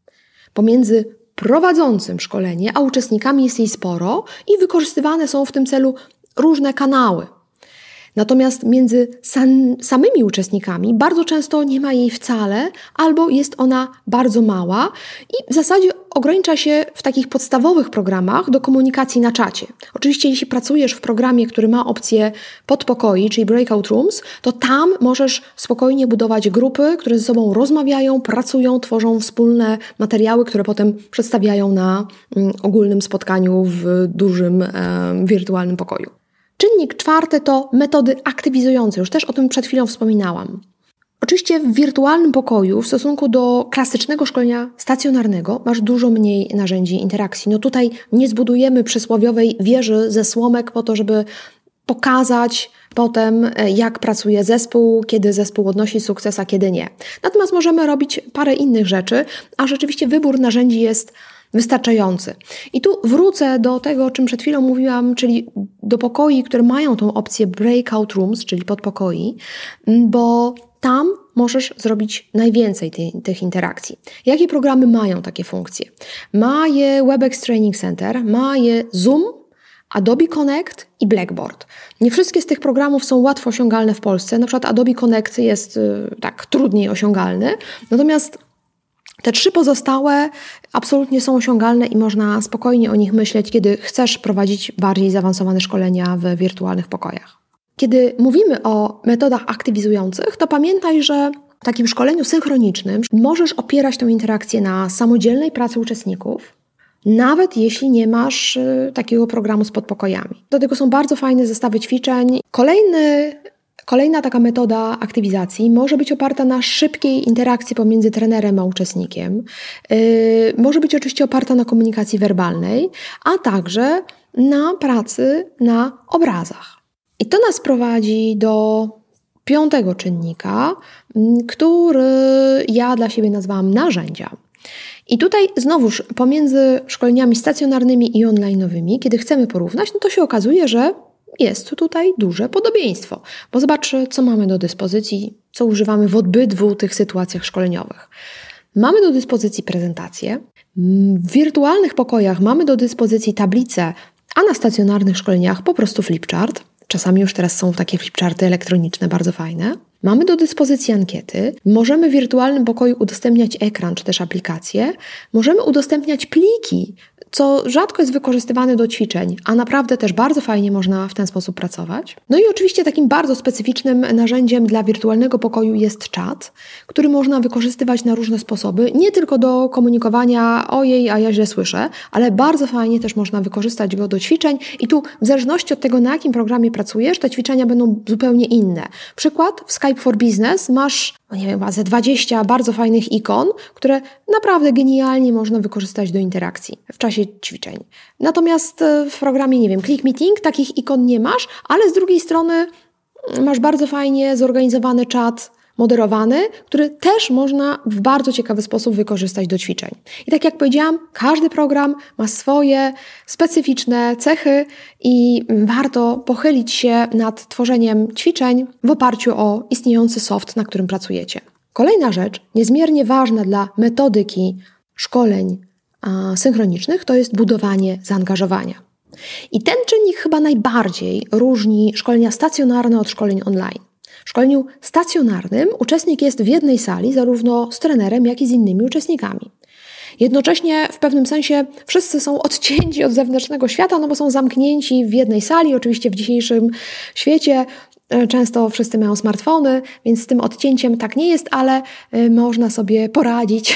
Pomiędzy prowadzącym szkolenie, a uczestnikami jest jej sporo i wykorzystywane są w tym celu różne kanały. Natomiast między sam, samymi uczestnikami bardzo często nie ma jej wcale, albo jest ona bardzo mała i w zasadzie ogranicza się w takich podstawowych programach do komunikacji na czacie. Oczywiście jeśli pracujesz w programie, który ma opcję podpokoi, czyli breakout rooms, to tam możesz spokojnie budować grupy, które ze sobą rozmawiają, pracują, tworzą wspólne materiały, które potem przedstawiają na mm, ogólnym spotkaniu w dużym e, wirtualnym pokoju. Czynnik czwarty to metody aktywizujące. Już też o tym przed chwilą wspominałam. Oczywiście w wirtualnym pokoju w stosunku do klasycznego szkolenia stacjonarnego masz dużo mniej narzędzi interakcji. No tutaj nie zbudujemy przysłowiowej wieży ze słomek po to, żeby pokazać potem, jak pracuje zespół, kiedy zespół odnosi sukces, a kiedy nie. Natomiast możemy robić parę innych rzeczy, a rzeczywiście wybór narzędzi jest wystarczający. I tu wrócę do tego, o czym przed chwilą mówiłam, czyli do pokoi, które mają tą opcję breakout rooms, czyli podpokoi, bo tam możesz zrobić najwięcej ty, tych interakcji. Jakie programy mają takie funkcje? Ma je WebEx Training Center, ma je Zoom, Adobe Connect i Blackboard. Nie wszystkie z tych programów są łatwo osiągalne w Polsce. Na przykład Adobe Connect jest y, tak trudniej osiągalny, natomiast te trzy pozostałe absolutnie są osiągalne i można spokojnie o nich myśleć, kiedy chcesz prowadzić bardziej zaawansowane szkolenia w wirtualnych pokojach. Kiedy mówimy o metodach aktywizujących, to pamiętaj, że w takim szkoleniu synchronicznym możesz opierać tę interakcję na samodzielnej pracy uczestników, nawet jeśli nie masz y, takiego programu z podpokojami. Do tego są bardzo fajne zestawy ćwiczeń. Kolejny Kolejna taka metoda aktywizacji może być oparta na szybkiej interakcji pomiędzy trenerem a uczestnikiem. Yy, może być oczywiście oparta na komunikacji werbalnej, a także na pracy na obrazach. I to nas prowadzi do piątego czynnika, który ja dla siebie nazwałam narzędzia. I tutaj znowuż pomiędzy szkoleniami stacjonarnymi i online'owymi, kiedy chcemy porównać, no to się okazuje, że jest tutaj duże podobieństwo, bo zobacz, co mamy do dyspozycji, co używamy w obydwu tych sytuacjach szkoleniowych. Mamy do dyspozycji prezentacje, w wirtualnych pokojach mamy do dyspozycji tablice, a na stacjonarnych szkoleniach po prostu flipchart. Czasami już teraz są takie flipcharty elektroniczne, bardzo fajne. Mamy do dyspozycji ankiety, możemy w wirtualnym pokoju udostępniać ekran czy też aplikacje, możemy udostępniać pliki, co rzadko jest wykorzystywane do ćwiczeń, a naprawdę też bardzo fajnie można w ten sposób pracować. No i oczywiście takim bardzo specyficznym narzędziem dla wirtualnego pokoju jest czat, który można wykorzystywać na różne sposoby, nie tylko do komunikowania ojej, a ja źle słyszę, ale bardzo fajnie też można wykorzystać go do ćwiczeń i tu w zależności od tego, na jakim programie pracujesz, te ćwiczenia będą zupełnie inne. Przykład, w Skype for Business masz, no nie wiem, ze dwadzieścia bardzo fajnych ikon, które naprawdę genialnie można wykorzystać do interakcji w czasie ćwiczeń. Natomiast w programie, nie wiem, Click Meeting takich ikon nie masz, ale z drugiej strony masz bardzo fajnie zorganizowany czat moderowany, który też można w bardzo ciekawy sposób wykorzystać do ćwiczeń. I tak jak powiedziałam, każdy program ma swoje specyficzne cechy i warto pochylić się nad tworzeniem ćwiczeń w oparciu o istniejący soft, na którym pracujecie. Kolejna rzecz, niezmiernie ważna dla metodyki szkoleń a, synchronicznych, to jest budowanie zaangażowania. I ten czynnik chyba najbardziej różni szkolenia stacjonarne od szkoleń online. W szkoleniu stacjonarnym uczestnik jest w jednej sali zarówno z trenerem, jak i z innymi uczestnikami. Jednocześnie w pewnym sensie wszyscy są odcięci od zewnętrznego świata, no bo są zamknięci w jednej sali. Oczywiście w dzisiejszym świecie często wszyscy mają smartfony, więc z tym odcięciem tak nie jest, ale można sobie poradzić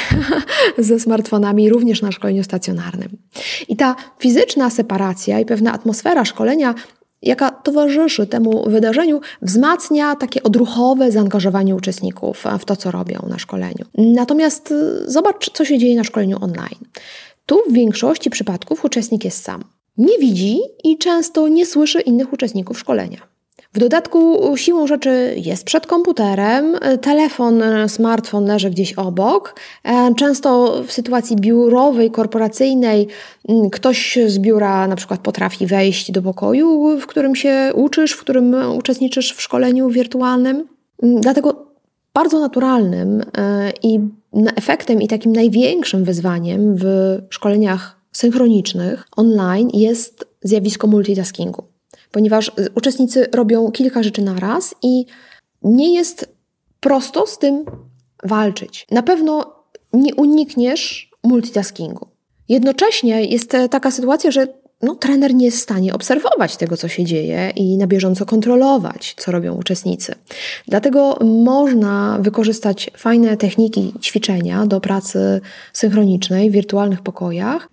ze smartfonami również na szkoleniu stacjonarnym. I ta fizyczna separacja i pewna atmosfera szkolenia, jaka towarzyszy temu wydarzeniu, wzmacnia takie odruchowe zaangażowanie uczestników w to, co robią na szkoleniu. Natomiast zobacz, co się dzieje na szkoleniu online. Tu w większości przypadków uczestnik jest sam. Nie widzi i często nie słyszy innych uczestników szkolenia. W dodatku siłą rzeczy jest przed komputerem, telefon, smartfon leży gdzieś obok. Często w sytuacji biurowej, korporacyjnej ktoś z biura na przykład potrafi wejść do pokoju, w którym się uczysz, w którym uczestniczysz w szkoleniu wirtualnym. Dlatego bardzo naturalnym i efektem i takim największym wyzwaniem w szkoleniach synchronicznych online jest zjawisko multitaskingu. Ponieważ uczestnicy robią kilka rzeczy na raz i nie jest prosto z tym walczyć. Na pewno nie unikniesz multitaskingu. Jednocześnie jest taka sytuacja, że no, trener nie jest w stanie obserwować tego, co się dzieje i na bieżąco kontrolować, co robią uczestnicy. Dlatego można wykorzystać fajne techniki ćwiczenia do pracy synchronicznej w wirtualnych pokojach,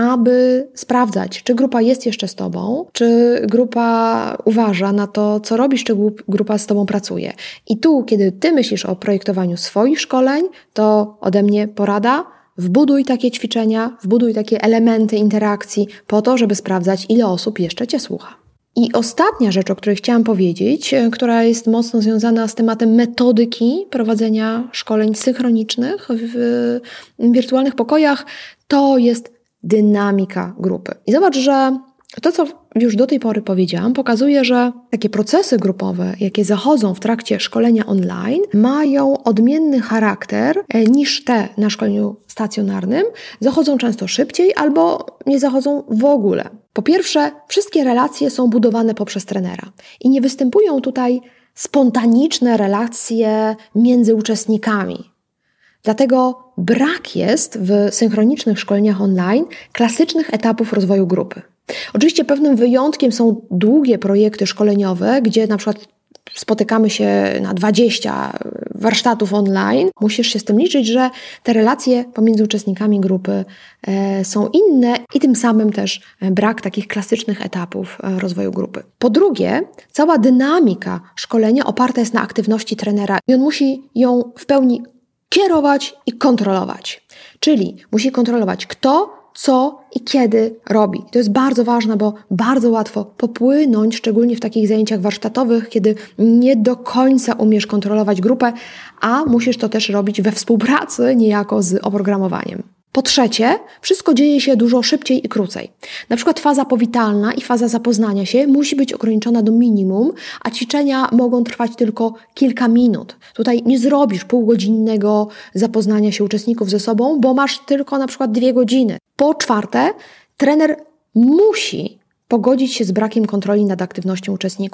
aby sprawdzać, czy grupa jest jeszcze z Tobą, czy grupa uważa na to, co robisz, czy grupa z Tobą pracuje. I tu, kiedy Ty myślisz o projektowaniu swoich szkoleń, to ode mnie porada: wbuduj takie ćwiczenia, wbuduj takie elementy interakcji po to, żeby sprawdzać, ile osób jeszcze Cię słucha. I ostatnia rzecz, o której chciałam powiedzieć, która jest mocno związana z tematem metodyki prowadzenia szkoleń synchronicznych w wirtualnych pokojach, to jest dynamika grupy. I zobacz, że to, co już do tej pory powiedziałam, pokazuje, że takie procesy grupowe, jakie zachodzą w trakcie szkolenia online, mają odmienny charakter niż te na szkoleniu stacjonarnym. Zachodzą często szybciej albo nie zachodzą w ogóle. Po pierwsze, wszystkie relacje są budowane poprzez trenera i nie występują tutaj spontaniczne relacje między uczestnikami. Dlatego brak jest w synchronicznych szkoleniach online klasycznych etapów rozwoju grupy. Oczywiście pewnym wyjątkiem są długie projekty szkoleniowe, gdzie na przykład spotykamy się na dwadzieścia warsztatów online. Musisz się z tym liczyć, że te relacje pomiędzy uczestnikami grupy są inne i tym samym też brak takich klasycznych etapów rozwoju grupy. Po drugie, cała dynamika szkolenia oparta jest na aktywności trenera i on musi ją w pełni kierować i kontrolować. Czyli musi kontrolować, kto, co i kiedy robi. To jest bardzo ważne, bo bardzo łatwo popłynąć, szczególnie w takich zajęciach warsztatowych, kiedy nie do końca umiesz kontrolować grupę, a musisz to też robić we współpracy niejako z oprogramowaniem. Po trzecie, wszystko dzieje się dużo szybciej i krócej. Na przykład faza powitalna i faza zapoznania się musi być ograniczona do minimum, a ćwiczenia mogą trwać tylko kilka minut. Tutaj nie zrobisz półgodzinnego zapoznania się uczestników ze sobą, bo masz tylko na przykład dwie godziny. Po czwarte, trener musi pogodzić się z brakiem kontroli nad aktywnością uczestników.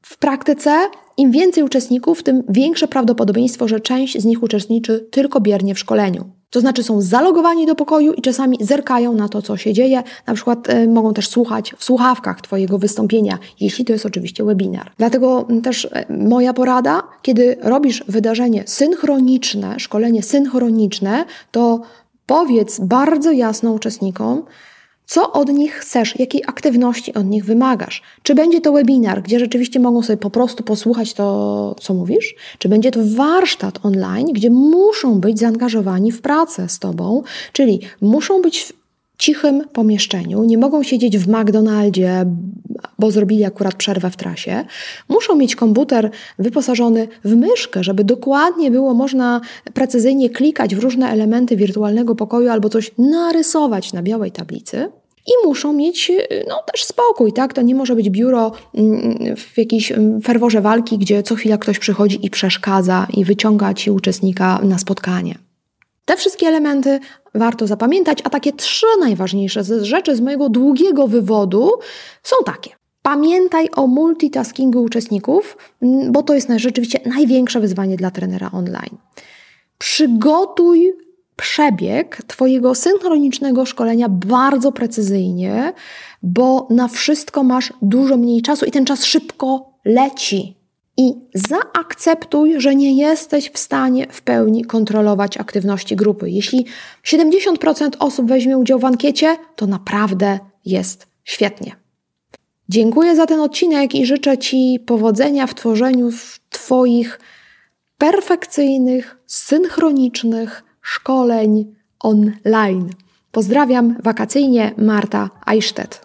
W praktyce im więcej uczestników, tym większe prawdopodobieństwo, że część z nich uczestniczy tylko biernie w szkoleniu. To znaczy są zalogowani do pokoju i czasami zerkają na to, co się dzieje. Na przykład y, mogą też słuchać w słuchawkach Twojego wystąpienia, jeśli to jest oczywiście webinar. Dlatego też y, moja porada, kiedy robisz wydarzenie synchroniczne, szkolenie synchroniczne, to powiedz bardzo jasno uczestnikom, co od nich chcesz, jakiej aktywności od nich wymagasz. Czy będzie to webinar, gdzie rzeczywiście mogą sobie po prostu posłuchać to, co mówisz? Czy będzie to warsztat online, gdzie muszą być zaangażowani w pracę z Tobą, czyli muszą być w cichym pomieszczeniu, nie mogą siedzieć w McDonaldzie, bo zrobili akurat przerwę w trasie. Muszą mieć komputer wyposażony w myszkę, żeby dokładnie było można precyzyjnie klikać w różne elementy wirtualnego pokoju albo coś narysować na białej tablicy. I muszą mieć no, też spokój, tak? To nie może być biuro w jakiejś ferworze walki, gdzie co chwila ktoś przychodzi i przeszkadza i wyciąga Ci uczestnika na spotkanie. Te wszystkie elementy warto zapamiętać, a takie trzy najważniejsze rzeczy z mojego długiego wywodu są takie. Pamiętaj o multitaskingu uczestników, bo to jest rzeczywiście największe wyzwanie dla trenera online. Przygotuj przebieg Twojego synchronicznego szkolenia bardzo precyzyjnie, bo na wszystko masz dużo mniej czasu i ten czas szybko leci. I zaakceptuj, że nie jesteś w stanie w pełni kontrolować aktywności grupy. Jeśli siedemdziesiąt procent osób weźmie udział w ankiecie, to naprawdę jest świetnie. Dziękuję za ten odcinek i życzę Ci powodzenia w tworzeniu Twoich perfekcyjnych, synchronicznych szkoleń online. Pozdrawiam wakacyjnie, Marta Eichstätt.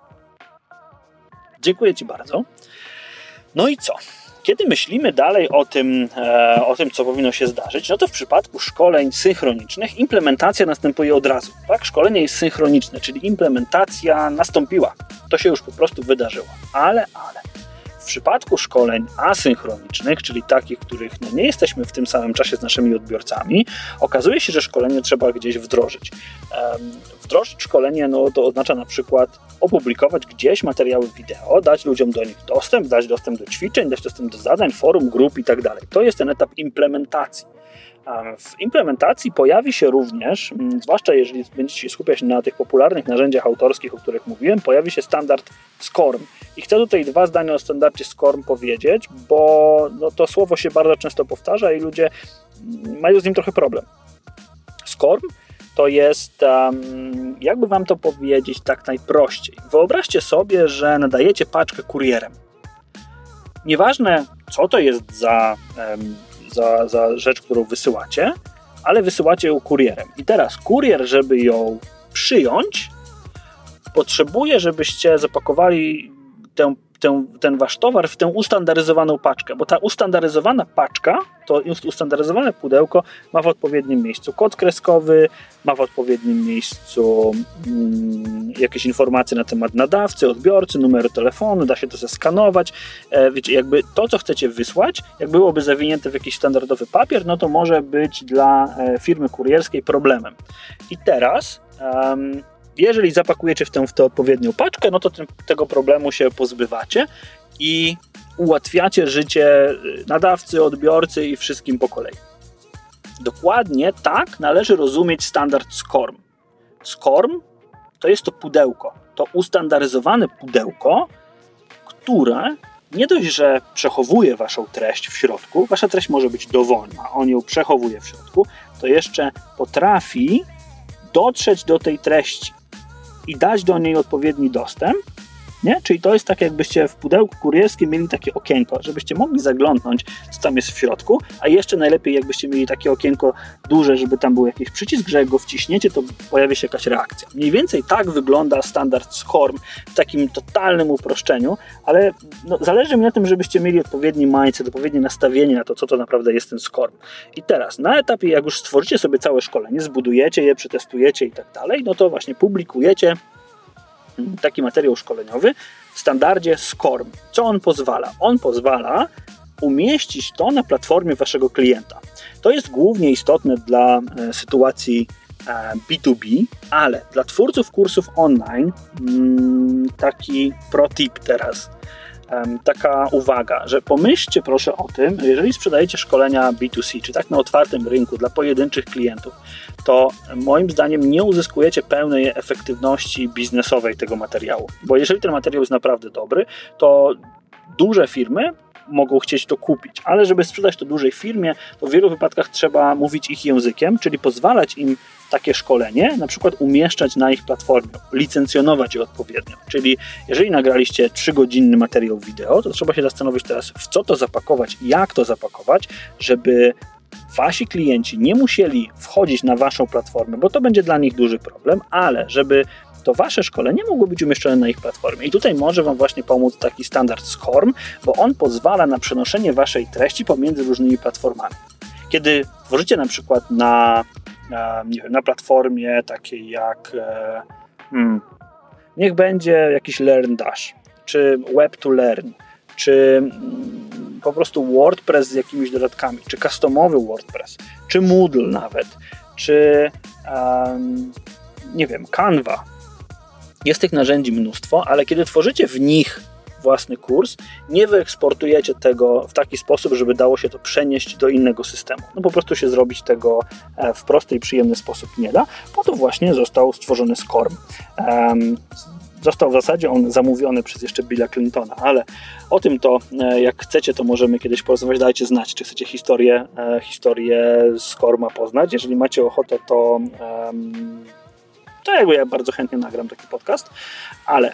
Dziękuję Ci bardzo. No i co? Kiedy myślimy dalej o tym, e, o tym, co powinno się zdarzyć, no to w przypadku szkoleń synchronicznych implementacja następuje od razu. Tak? Szkolenie jest synchroniczne, czyli implementacja nastąpiła. To się już po prostu wydarzyło. Ale, ale w przypadku szkoleń asynchronicznych, czyli takich, w których no, nie jesteśmy w tym samym czasie z naszymi odbiorcami, okazuje się, że szkolenie trzeba gdzieś wdrożyć. Um, wdrożyć szkolenie no, to oznacza na przykład opublikować gdzieś materiały wideo, dać ludziom do nich dostęp, dać dostęp do ćwiczeń, dać dostęp do zadań, forum, grup i tak dalej. To jest ten etap implementacji. W implementacji pojawi się również, zwłaszcza jeżeli będziecie się skupiać na tych popularnych narzędziach autorskich, o których mówiłem, pojawi się standard SCORM. I chcę tutaj dwa zdania o standardzie SCORM powiedzieć, bo no, to słowo się bardzo często powtarza i ludzie mają z nim trochę problem. SCORM to jest, um, jakby wam to powiedzieć tak najprościej. Wyobraźcie sobie, że nadajecie paczkę kurierem. Nieważne, co to jest za... Um, Za, za rzecz, którą wysyłacie, ale wysyłacie ją kurierem. I teraz kurier, żeby ją przyjąć, potrzebuje, żebyście zapakowali tę, tę, ten wasz towar w tę ustandaryzowaną paczkę, bo ta ustandaryzowana paczka, to ustandaryzowane pudełko ma w odpowiednim miejscu kod kreskowy, ma w odpowiednim miejscu mm, jakieś informacje na temat nadawcy, odbiorcy, numeru telefonu, da się to zeskanować. E, wiecie, jakby to, co chcecie wysłać, jak byłoby zawinięte w jakiś standardowy papier, no to może być dla e, firmy kurierskiej problemem. I teraz um, jeżeli zapakujecie w tę, w tę odpowiednią paczkę, no to tym, tego problemu się pozbywacie i ułatwiacie życie nadawcy, odbiorcy i wszystkim po kolei. Dokładnie tak należy rozumieć standard SCORM. SCORM to jest to pudełko, to ustandaryzowane pudełko, które nie dość, że przechowuje waszą treść w środku, wasza treść może być dowolna, on ją przechowuje w środku, to jeszcze potrafi dotrzeć do tej treści i dać do niej odpowiedni dostęp, nie? Czyli to jest tak, jakbyście w pudełku kurierskim mieli takie okienko, żebyście mogli zaglądnąć, co tam jest w środku, a jeszcze najlepiej, jakbyście mieli takie okienko duże, żeby tam był jakiś przycisk, że jak go wciśniecie, to pojawi się jakaś reakcja. Mniej więcej tak wygląda standard SCORM w takim totalnym uproszczeniu, ale no, zależy mi na tym, żebyście mieli odpowiedni mindset, odpowiednie nastawienie na to, co to naprawdę jest ten SCORM. I teraz na etapie, jak już stworzycie sobie całe szkolenie, zbudujecie je, przetestujecie i tak dalej, no to właśnie publikujecie taki materiał szkoleniowy w standardzie SCORM. Co on pozwala? On pozwala umieścić to na platformie waszego klienta. To jest głównie istotne dla e, sytuacji e, B dwa B, ale dla twórców kursów online mm, taki pro tip teraz. taka uwaga, że pomyślcie proszę o tym, jeżeli sprzedajecie szkolenia B dwa C, czy tak na otwartym rynku dla pojedynczych klientów, to moim zdaniem nie uzyskujecie pełnej efektywności biznesowej tego materiału, bo jeżeli ten materiał jest naprawdę dobry, to duże firmy mogą chcieć to kupić, ale żeby sprzedać to dużej firmie, to w wielu wypadkach trzeba mówić ich językiem, czyli pozwalać im takie szkolenie na przykład umieszczać na ich platformie, licencjonować je odpowiednio. Czyli jeżeli nagraliście trzygodzinny materiał wideo, to trzeba się zastanowić teraz, w co to zapakować, jak to zapakować, żeby wasi klienci nie musieli wchodzić na waszą platformę, bo to będzie dla nich duży problem, ale żeby to wasze szkolenie mogło być umieszczone na ich platformie. I tutaj może wam właśnie pomóc taki standard SCORM, bo on pozwala na przenoszenie waszej treści pomiędzy różnymi platformami. Kiedy tworzycie na przykład na, na, nie wiem, na platformie takiej jak hmm, niech będzie jakiś Learn Dash, czy Web to Learn, czy hmm, po prostu WordPress z jakimiś dodatkami, czy customowy WordPress, czy Moodle nawet, czy um, nie wiem, Canva. Jest tych narzędzi mnóstwo, ale kiedy tworzycie w nich własny kurs, nie wyeksportujecie tego w taki sposób, żeby dało się to przenieść do innego systemu. No po prostu się zrobić tego w prosty i przyjemny sposób nie da. Po to właśnie został stworzony SCORM. Um, został w zasadzie on zamówiony przez jeszcze Billa Clintona, ale o tym to jak chcecie, to możemy kiedyś porozmawiać, dajcie znać, czy chcecie historię, historię SCORMa poznać. Jeżeli macie ochotę, to um, to jakby ja bardzo chętnie nagram taki podcast, ale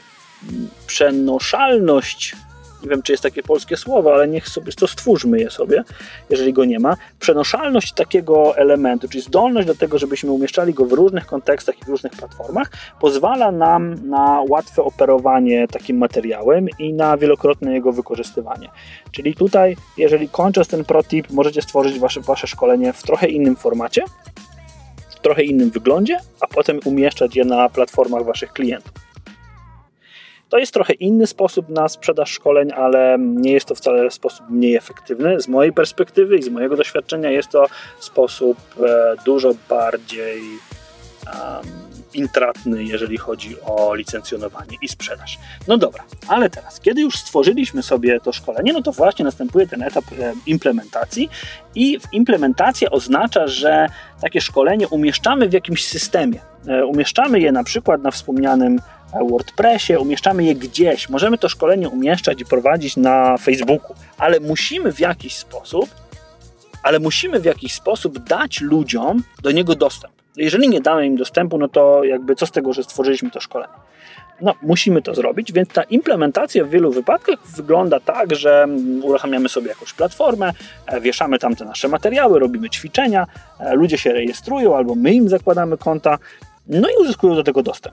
przenoszalność, nie wiem czy jest takie polskie słowo, ale niech sobie to stwórzmy je sobie, jeżeli go nie ma, przenoszalność takiego elementu, czyli zdolność do tego, żebyśmy umieszczali go w różnych kontekstach i w różnych platformach, pozwala nam na łatwe operowanie takim materiałem i na wielokrotne jego wykorzystywanie. Czyli tutaj, jeżeli kończąc ten protip, możecie stworzyć wasze, wasze szkolenie w trochę innym formacie, w trochę innym wyglądzie, a potem umieszczać je na platformach waszych klientów. To jest trochę inny sposób na sprzedaż szkoleń, ale nie jest to wcale sposób mniej efektywny. Z mojej perspektywy i z mojego doświadczenia jest to sposób e, dużo bardziej um, intratny, jeżeli chodzi o licencjonowanie i sprzedaż. No dobra, ale teraz, kiedy już stworzyliśmy sobie to szkolenie, no to właśnie następuje ten etap e, implementacji i implementacja oznacza, że takie szkolenie umieszczamy w jakimś systemie. E, umieszczamy je na przykład na wspomnianym WordPressie, umieszczamy je gdzieś. Możemy to szkolenie umieszczać i prowadzić na Facebooku, ale musimy w jakiś sposób, ale musimy w jakiś sposób dać ludziom do niego dostęp. Jeżeli nie damy im dostępu, no to jakby co z tego, że stworzyliśmy to szkolenie? No, musimy to zrobić, więc ta implementacja w wielu wypadkach wygląda tak, że uruchamiamy sobie jakąś platformę, wieszamy tam te nasze materiały, robimy ćwiczenia, ludzie się rejestrują albo my im zakładamy konta, no i uzyskują do tego dostęp.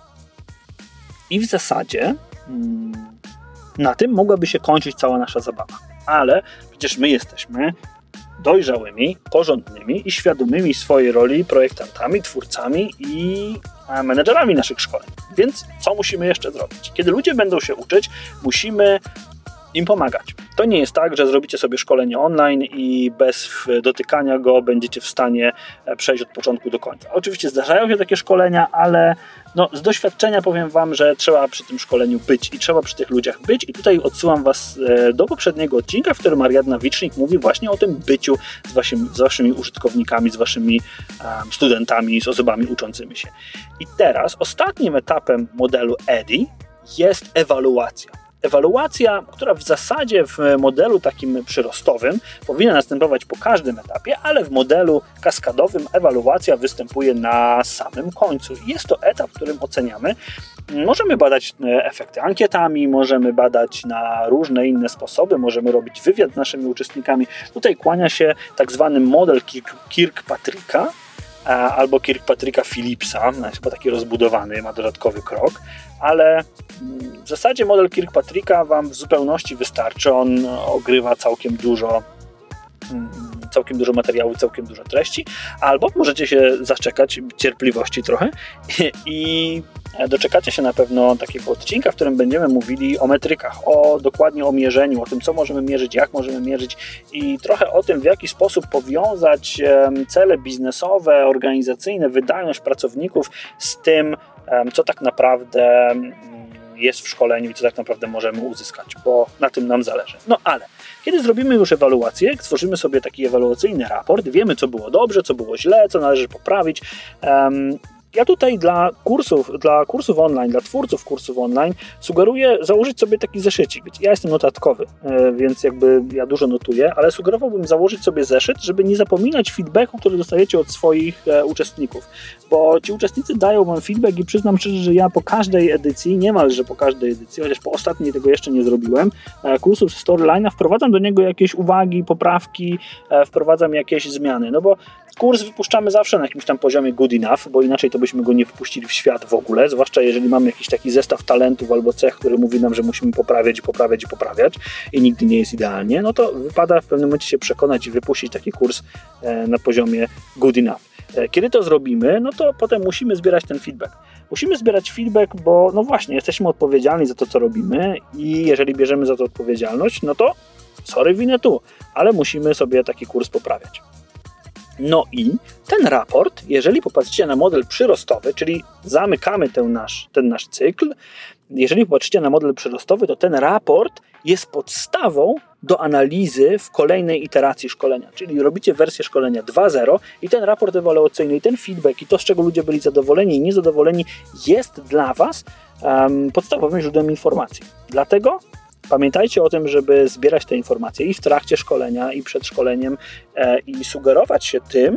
I w zasadzie hmm, na tym mogłaby się kończyć cała nasza zabawa. Ale przecież my jesteśmy dojrzałymi, porządnymi i świadomymi swojej roli projektantami, twórcami i menedżerami naszych szkoleń. Więc co musimy jeszcze zrobić? Kiedy ludzie będą się uczyć, musimy im pomagać. To nie jest tak, że zrobicie sobie szkolenie online i bez dotykania go będziecie w stanie przejść od początku do końca. Oczywiście zdarzają się takie szkolenia, ale no, z doświadczenia powiem wam, że trzeba przy tym szkoleniu być i trzeba przy tych ludziach być i tutaj odsyłam was do poprzedniego odcinka, w którym Ariadna Wicznik mówi właśnie o tym byciu z, waszym, z waszymi użytkownikami, z waszymi um, studentami, z osobami uczącymi się. I teraz ostatnim etapem modelu E D I jest ewaluacja. Ewaluacja, która w zasadzie w modelu takim przyrostowym powinna następować po każdym etapie, ale w modelu kaskadowym ewaluacja występuje na samym końcu. Jest to etap, w którym oceniamy. Możemy badać efekty ankietami, możemy badać na różne inne sposoby, możemy robić wywiad z naszymi uczestnikami. Tutaj kłania się tak zwany model Kirkpatricka albo Kirkpatricka Phillipsa, jest chyba taki rozbudowany, ma dodatkowy krok, ale w zasadzie model Kirkpatricka wam w zupełności wystarczy, on ogrywa całkiem dużo całkiem dużo materiału, całkiem dużo treści, albo możecie się zaczekać, cierpliwości trochę i doczekacie się na pewno takiego odcinka, w którym będziemy mówili o metrykach, o dokładnie o mierzeniu, o tym, co możemy mierzyć, jak możemy mierzyć i trochę o tym, w jaki sposób powiązać cele biznesowe, organizacyjne, wydajność pracowników z tym, co tak naprawdę jest w szkoleniu i co tak naprawdę możemy uzyskać, bo na tym nam zależy. No ale kiedy zrobimy już ewaluację, stworzymy sobie taki ewaluacyjny raport, wiemy co było dobrze, co było źle, co należy poprawić. Um, Ja tutaj dla kursów, dla kursów online, dla twórców kursów online sugeruję założyć sobie taki zeszycik. Ja jestem notatkowy, więc jakby ja dużo notuję, ale sugerowałbym założyć sobie zeszyt, żeby nie zapominać feedbacku, który dostajecie od swoich uczestników, bo ci uczestnicy dają wam feedback i przyznam szczerze, że ja po każdej edycji, niemalże po każdej edycji, chociaż po ostatniej tego jeszcze nie zrobiłem, kursu Storyline'a wprowadzam do niego jakieś uwagi, poprawki, wprowadzam jakieś zmiany, no bo kurs wypuszczamy zawsze na jakimś tam poziomie good enough, bo inaczej to byśmy go nie wypuścili w świat w ogóle, zwłaszcza jeżeli mamy jakiś taki zestaw talentów albo cech, który mówi nam, że musimy poprawiać i poprawiać i poprawiać i nigdy nie jest idealnie, no to wypada w pewnym momencie się przekonać i wypuścić taki kurs na poziomie good enough. Kiedy to zrobimy, no to potem musimy zbierać ten feedback. Musimy zbierać feedback, bo no właśnie, jesteśmy odpowiedzialni za to, co robimy i jeżeli bierzemy za to odpowiedzialność, no to sorry, winę tu, ale musimy sobie taki kurs poprawiać. No i ten raport, jeżeli popatrzycie na model przyrostowy, czyli zamykamy ten nasz, ten nasz cykl, jeżeli popatrzycie na model przyrostowy, to ten raport jest podstawą do analizy w kolejnej iteracji szkolenia. Czyli robicie wersję szkolenia dwa zero i ten raport ewaluacyjny, i ten feedback, i to, z czego ludzie byli zadowoleni i niezadowoleni, jest dla Was um, podstawowym źródłem informacji. Dlatego pamiętajcie o tym, żeby zbierać te informacje i w trakcie szkolenia, i przed szkoleniem e, i sugerować się tym,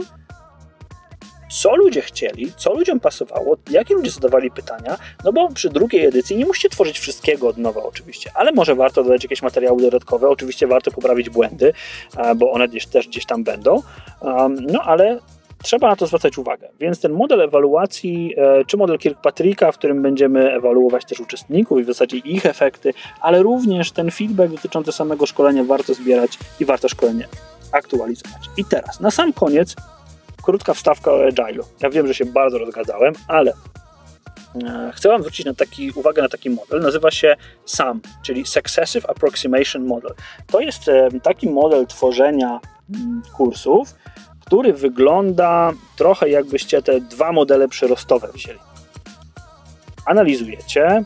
co ludzie chcieli, co ludziom pasowało, jakie ludzie zadawali pytania, no bo przy drugiej edycji nie musicie tworzyć wszystkiego od nowa oczywiście, ale może warto dodać jakieś materiały dodatkowe, oczywiście warto poprawić błędy, e, bo one gdzieś, też gdzieś tam będą, um, no ale trzeba na to zwracać uwagę. Więc ten model ewaluacji, czy model Kirkpatricka, w którym będziemy ewaluować też uczestników i w zasadzie ich efekty, ale również ten feedback dotyczący samego szkolenia warto zbierać i warto szkolenie aktualizować. I teraz, na sam koniec, krótka wstawka o Agile'u. Ja wiem, że się bardzo rozgadałem, ale chcę Wam zwrócić na taki, uwagę na taki model. Nazywa się SAM, czyli Successive Approximation Model. To jest taki model tworzenia kursów, który wygląda trochę jakbyście te dwa modele przyrostowe wzięli. Analizujecie,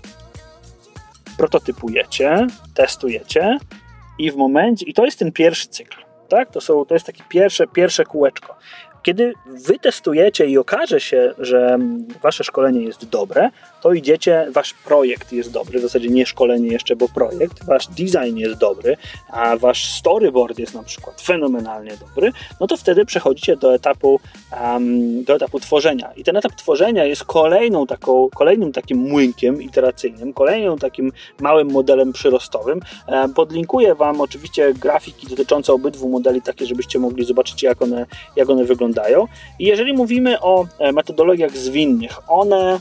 prototypujecie, testujecie i w momencie, i to jest ten pierwszy cykl, tak? To, są, to jest takie pierwsze, pierwsze kółeczko. Kiedy wy testujecie i okaże się, że wasze szkolenie jest dobre, to idziecie, wasz projekt jest dobry, w zasadzie nie szkolenie jeszcze, bo projekt, wasz design jest dobry, a wasz storyboard jest na przykład fenomenalnie dobry, no to wtedy przechodzicie do etapu, um, do etapu tworzenia. I ten etap tworzenia jest kolejną taką, kolejnym takim młynkiem iteracyjnym, kolejnym takim małym modelem przyrostowym. E, podlinkuję wam oczywiście grafiki dotyczące obydwu modeli, takie, żebyście mogli zobaczyć, jak one, jak one wyglądają. I jeżeli mówimy o metodologiach zwinnych, one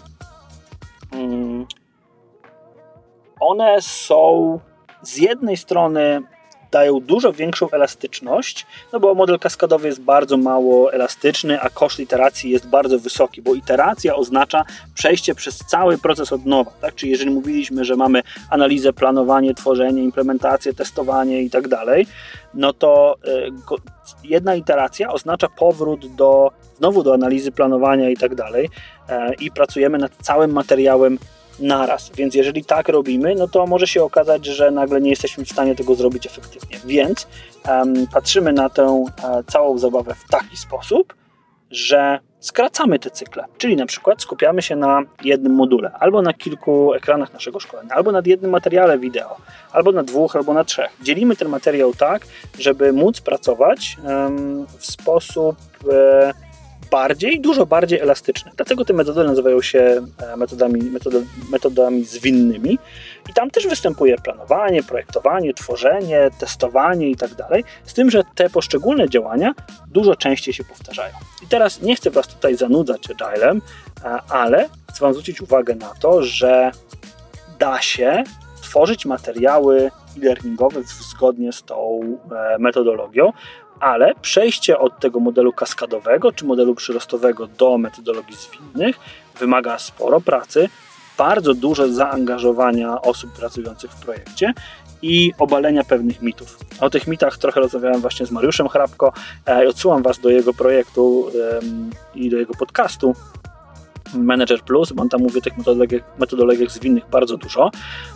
one są z jednej strony dają dużo większą elastyczność, no bo model kaskadowy jest bardzo mało elastyczny, a koszt iteracji jest bardzo wysoki, bo iteracja oznacza przejście przez cały proces od nowa, tak? Czyli jeżeli mówiliśmy, że mamy analizę, planowanie, tworzenie, implementację, testowanie i tak dalej, no to jedna iteracja oznacza powrót do, znowu do analizy, planowania i tak dalej i pracujemy nad całym materiałem naraz, więc jeżeli tak robimy, no to może się okazać, że nagle nie jesteśmy w stanie tego zrobić efektywnie, więc um, patrzymy na tę um, całą zabawę w taki sposób, że skracamy te cykle, czyli na przykład skupiamy się na jednym module, albo na kilku ekranach naszego szkolenia, albo nad jednym materiale wideo, albo na dwóch, albo na trzech. Dzielimy ten materiał tak, żeby móc pracować um, w sposób e, bardziej, dużo bardziej elastyczny. Dlatego te metody nazywają się metodami, metody, metodami zwinnymi i tam też występuje planowanie, projektowanie, tworzenie, testowanie i tak dalej, z tym, że te poszczególne działania dużo częściej się powtarzają. I teraz nie chcę Was tutaj zanudzać Agilem, ale chcę Wam zwrócić uwagę na to, że da się tworzyć materiały e-learningowe zgodnie z tą metodologią, ale przejście od tego modelu kaskadowego czy modelu przyrostowego do metodologii zwinnych wymaga sporo pracy, bardzo dużo zaangażowania osób pracujących w projekcie i obalenia pewnych mitów. O tych mitach trochę rozmawiałem właśnie z Mariuszem Hrabko i odsyłam Was do jego projektu i do jego podcastu, Manager Plus, bo on tam mówi o tych metodologiach, metodologiach zwinnych bardzo dużo.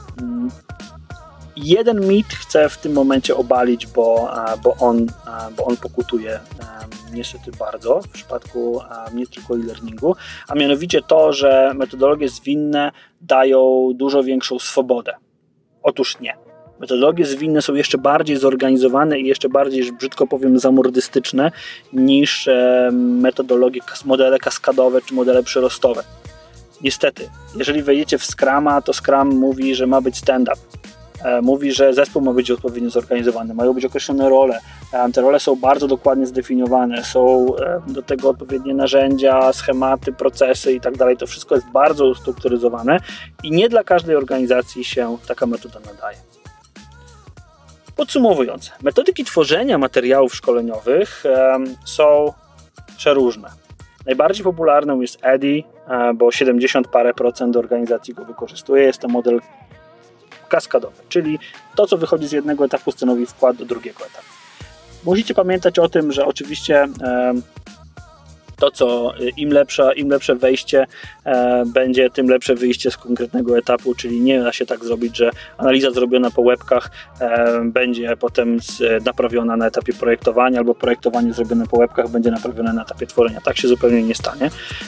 Jeden mit chcę w tym momencie obalić, bo, bo, on, bo on pokutuje niestety bardzo w przypadku nie tylko e-learningu, a mianowicie to, że metodologie zwinne dają dużo większą swobodę. Otóż nie. Metodologie zwinne są jeszcze bardziej zorganizowane i jeszcze bardziej, że brzydko powiem, zamordystyczne niż metodologie, modele kaskadowe czy modele przyrostowe. Niestety, jeżeli wejdziecie w Scruma, to Scrum mówi, że ma być stand-up. Mówi, że zespół ma być odpowiednio zorganizowany, mają być określone role. Te role są bardzo dokładnie zdefiniowane, są do tego odpowiednie narzędzia, schematy, procesy i tak dalej. To wszystko jest bardzo ustrukturyzowane i nie dla każdej organizacji się taka metoda nadaje. Podsumowując, metodyki tworzenia materiałów szkoleniowych są przeróżne. Najbardziej popularną jest E D I, bo siedemdziesiąt parę procent organizacji go wykorzystuje. Jest to model kaskadowy, czyli to, co wychodzi z jednego etapu, stanowi wkład do drugiego etapu. Musicie pamiętać o tym, że oczywiście to, co im lepsze, im lepsze wejście e, będzie, tym lepsze wyjście z konkretnego etapu, czyli nie da się tak zrobić, że analiza zrobiona po łebkach e, będzie potem z, naprawiona na etapie projektowania, albo projektowanie zrobione po łebkach będzie naprawione na etapie tworzenia. Tak się zupełnie nie stanie.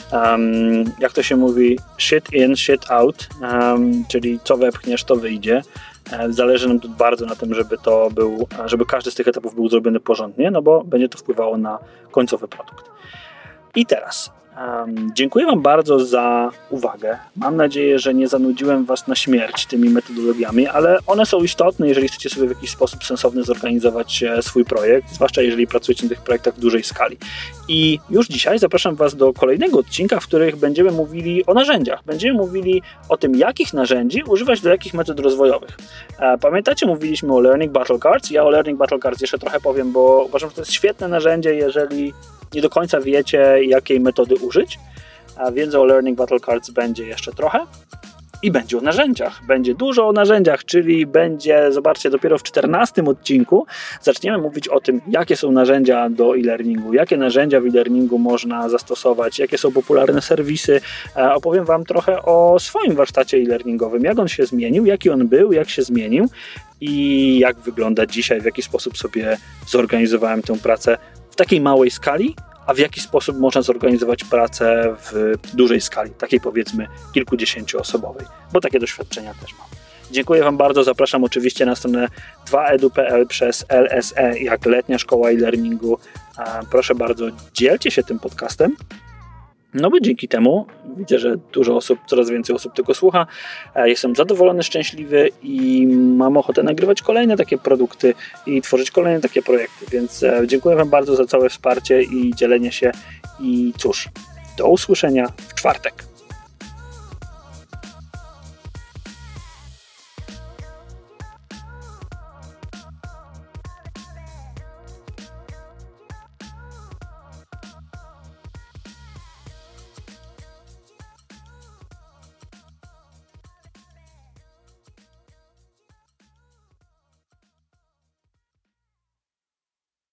Um, jak to się mówi, shit in, shit out, um, czyli co wepchniesz, to wyjdzie. E, zależy nam tu bardzo na tym, żeby to był, żeby każdy z tych etapów był zrobiony porządnie, no bo będzie to wpływało na końcowy produkt. I teraz um, dziękuję Wam bardzo za uwagę. Mam nadzieję, że nie zanudziłem Was na śmierć tymi metodologiami, ale one są istotne, jeżeli chcecie sobie w jakiś sposób sensowny zorganizować swój projekt, zwłaszcza jeżeli pracujecie na tych projektach w dużej skali. I już dzisiaj zapraszam Was do kolejnego odcinka, w którym będziemy mówili o narzędziach. Będziemy mówili o tym, jakich narzędzi używać do jakich metod rozwojowych. Pamiętacie, mówiliśmy o Learning Battle Cards. Ja o Learning Battle Cards jeszcze trochę powiem, bo uważam, że to jest świetne narzędzie, jeżeli nie do końca wiecie, jakiej metody użyć, a wiedzy o Learning Battle Cards będzie jeszcze trochę i będzie o narzędziach. Będzie dużo o narzędziach, czyli będzie, zobaczcie, dopiero w czternastym odcinku zaczniemy mówić o tym, jakie są narzędzia do e-learningu, jakie narzędzia w e-learningu można zastosować, jakie są popularne serwisy. Opowiem Wam trochę o swoim warsztacie e-learningowym, jak on się zmienił, jaki on był, jak się zmienił i jak wygląda dzisiaj, w jaki sposób sobie zorganizowałem tę pracę w takiej małej skali, a w jaki sposób można zorganizować pracę w dużej skali, takiej powiedzmy kilkudziesięcioosobowej, bo takie doświadczenia też mam. Dziękuję Wam bardzo, zapraszam oczywiście na stronę dwa edu kropka p l przez L S E, jak Letnia Szkoła e-Learningu. Proszę bardzo, dzielcie się tym podcastem, no bo dzięki temu widzę, że dużo osób, coraz więcej osób tego słucha. Jestem zadowolony, szczęśliwy i mam ochotę nagrywać kolejne takie produkty i tworzyć kolejne takie projekty, więc dziękuję Wam bardzo za całe wsparcie i dzielenie się i cóż, do usłyszenia w czwartek.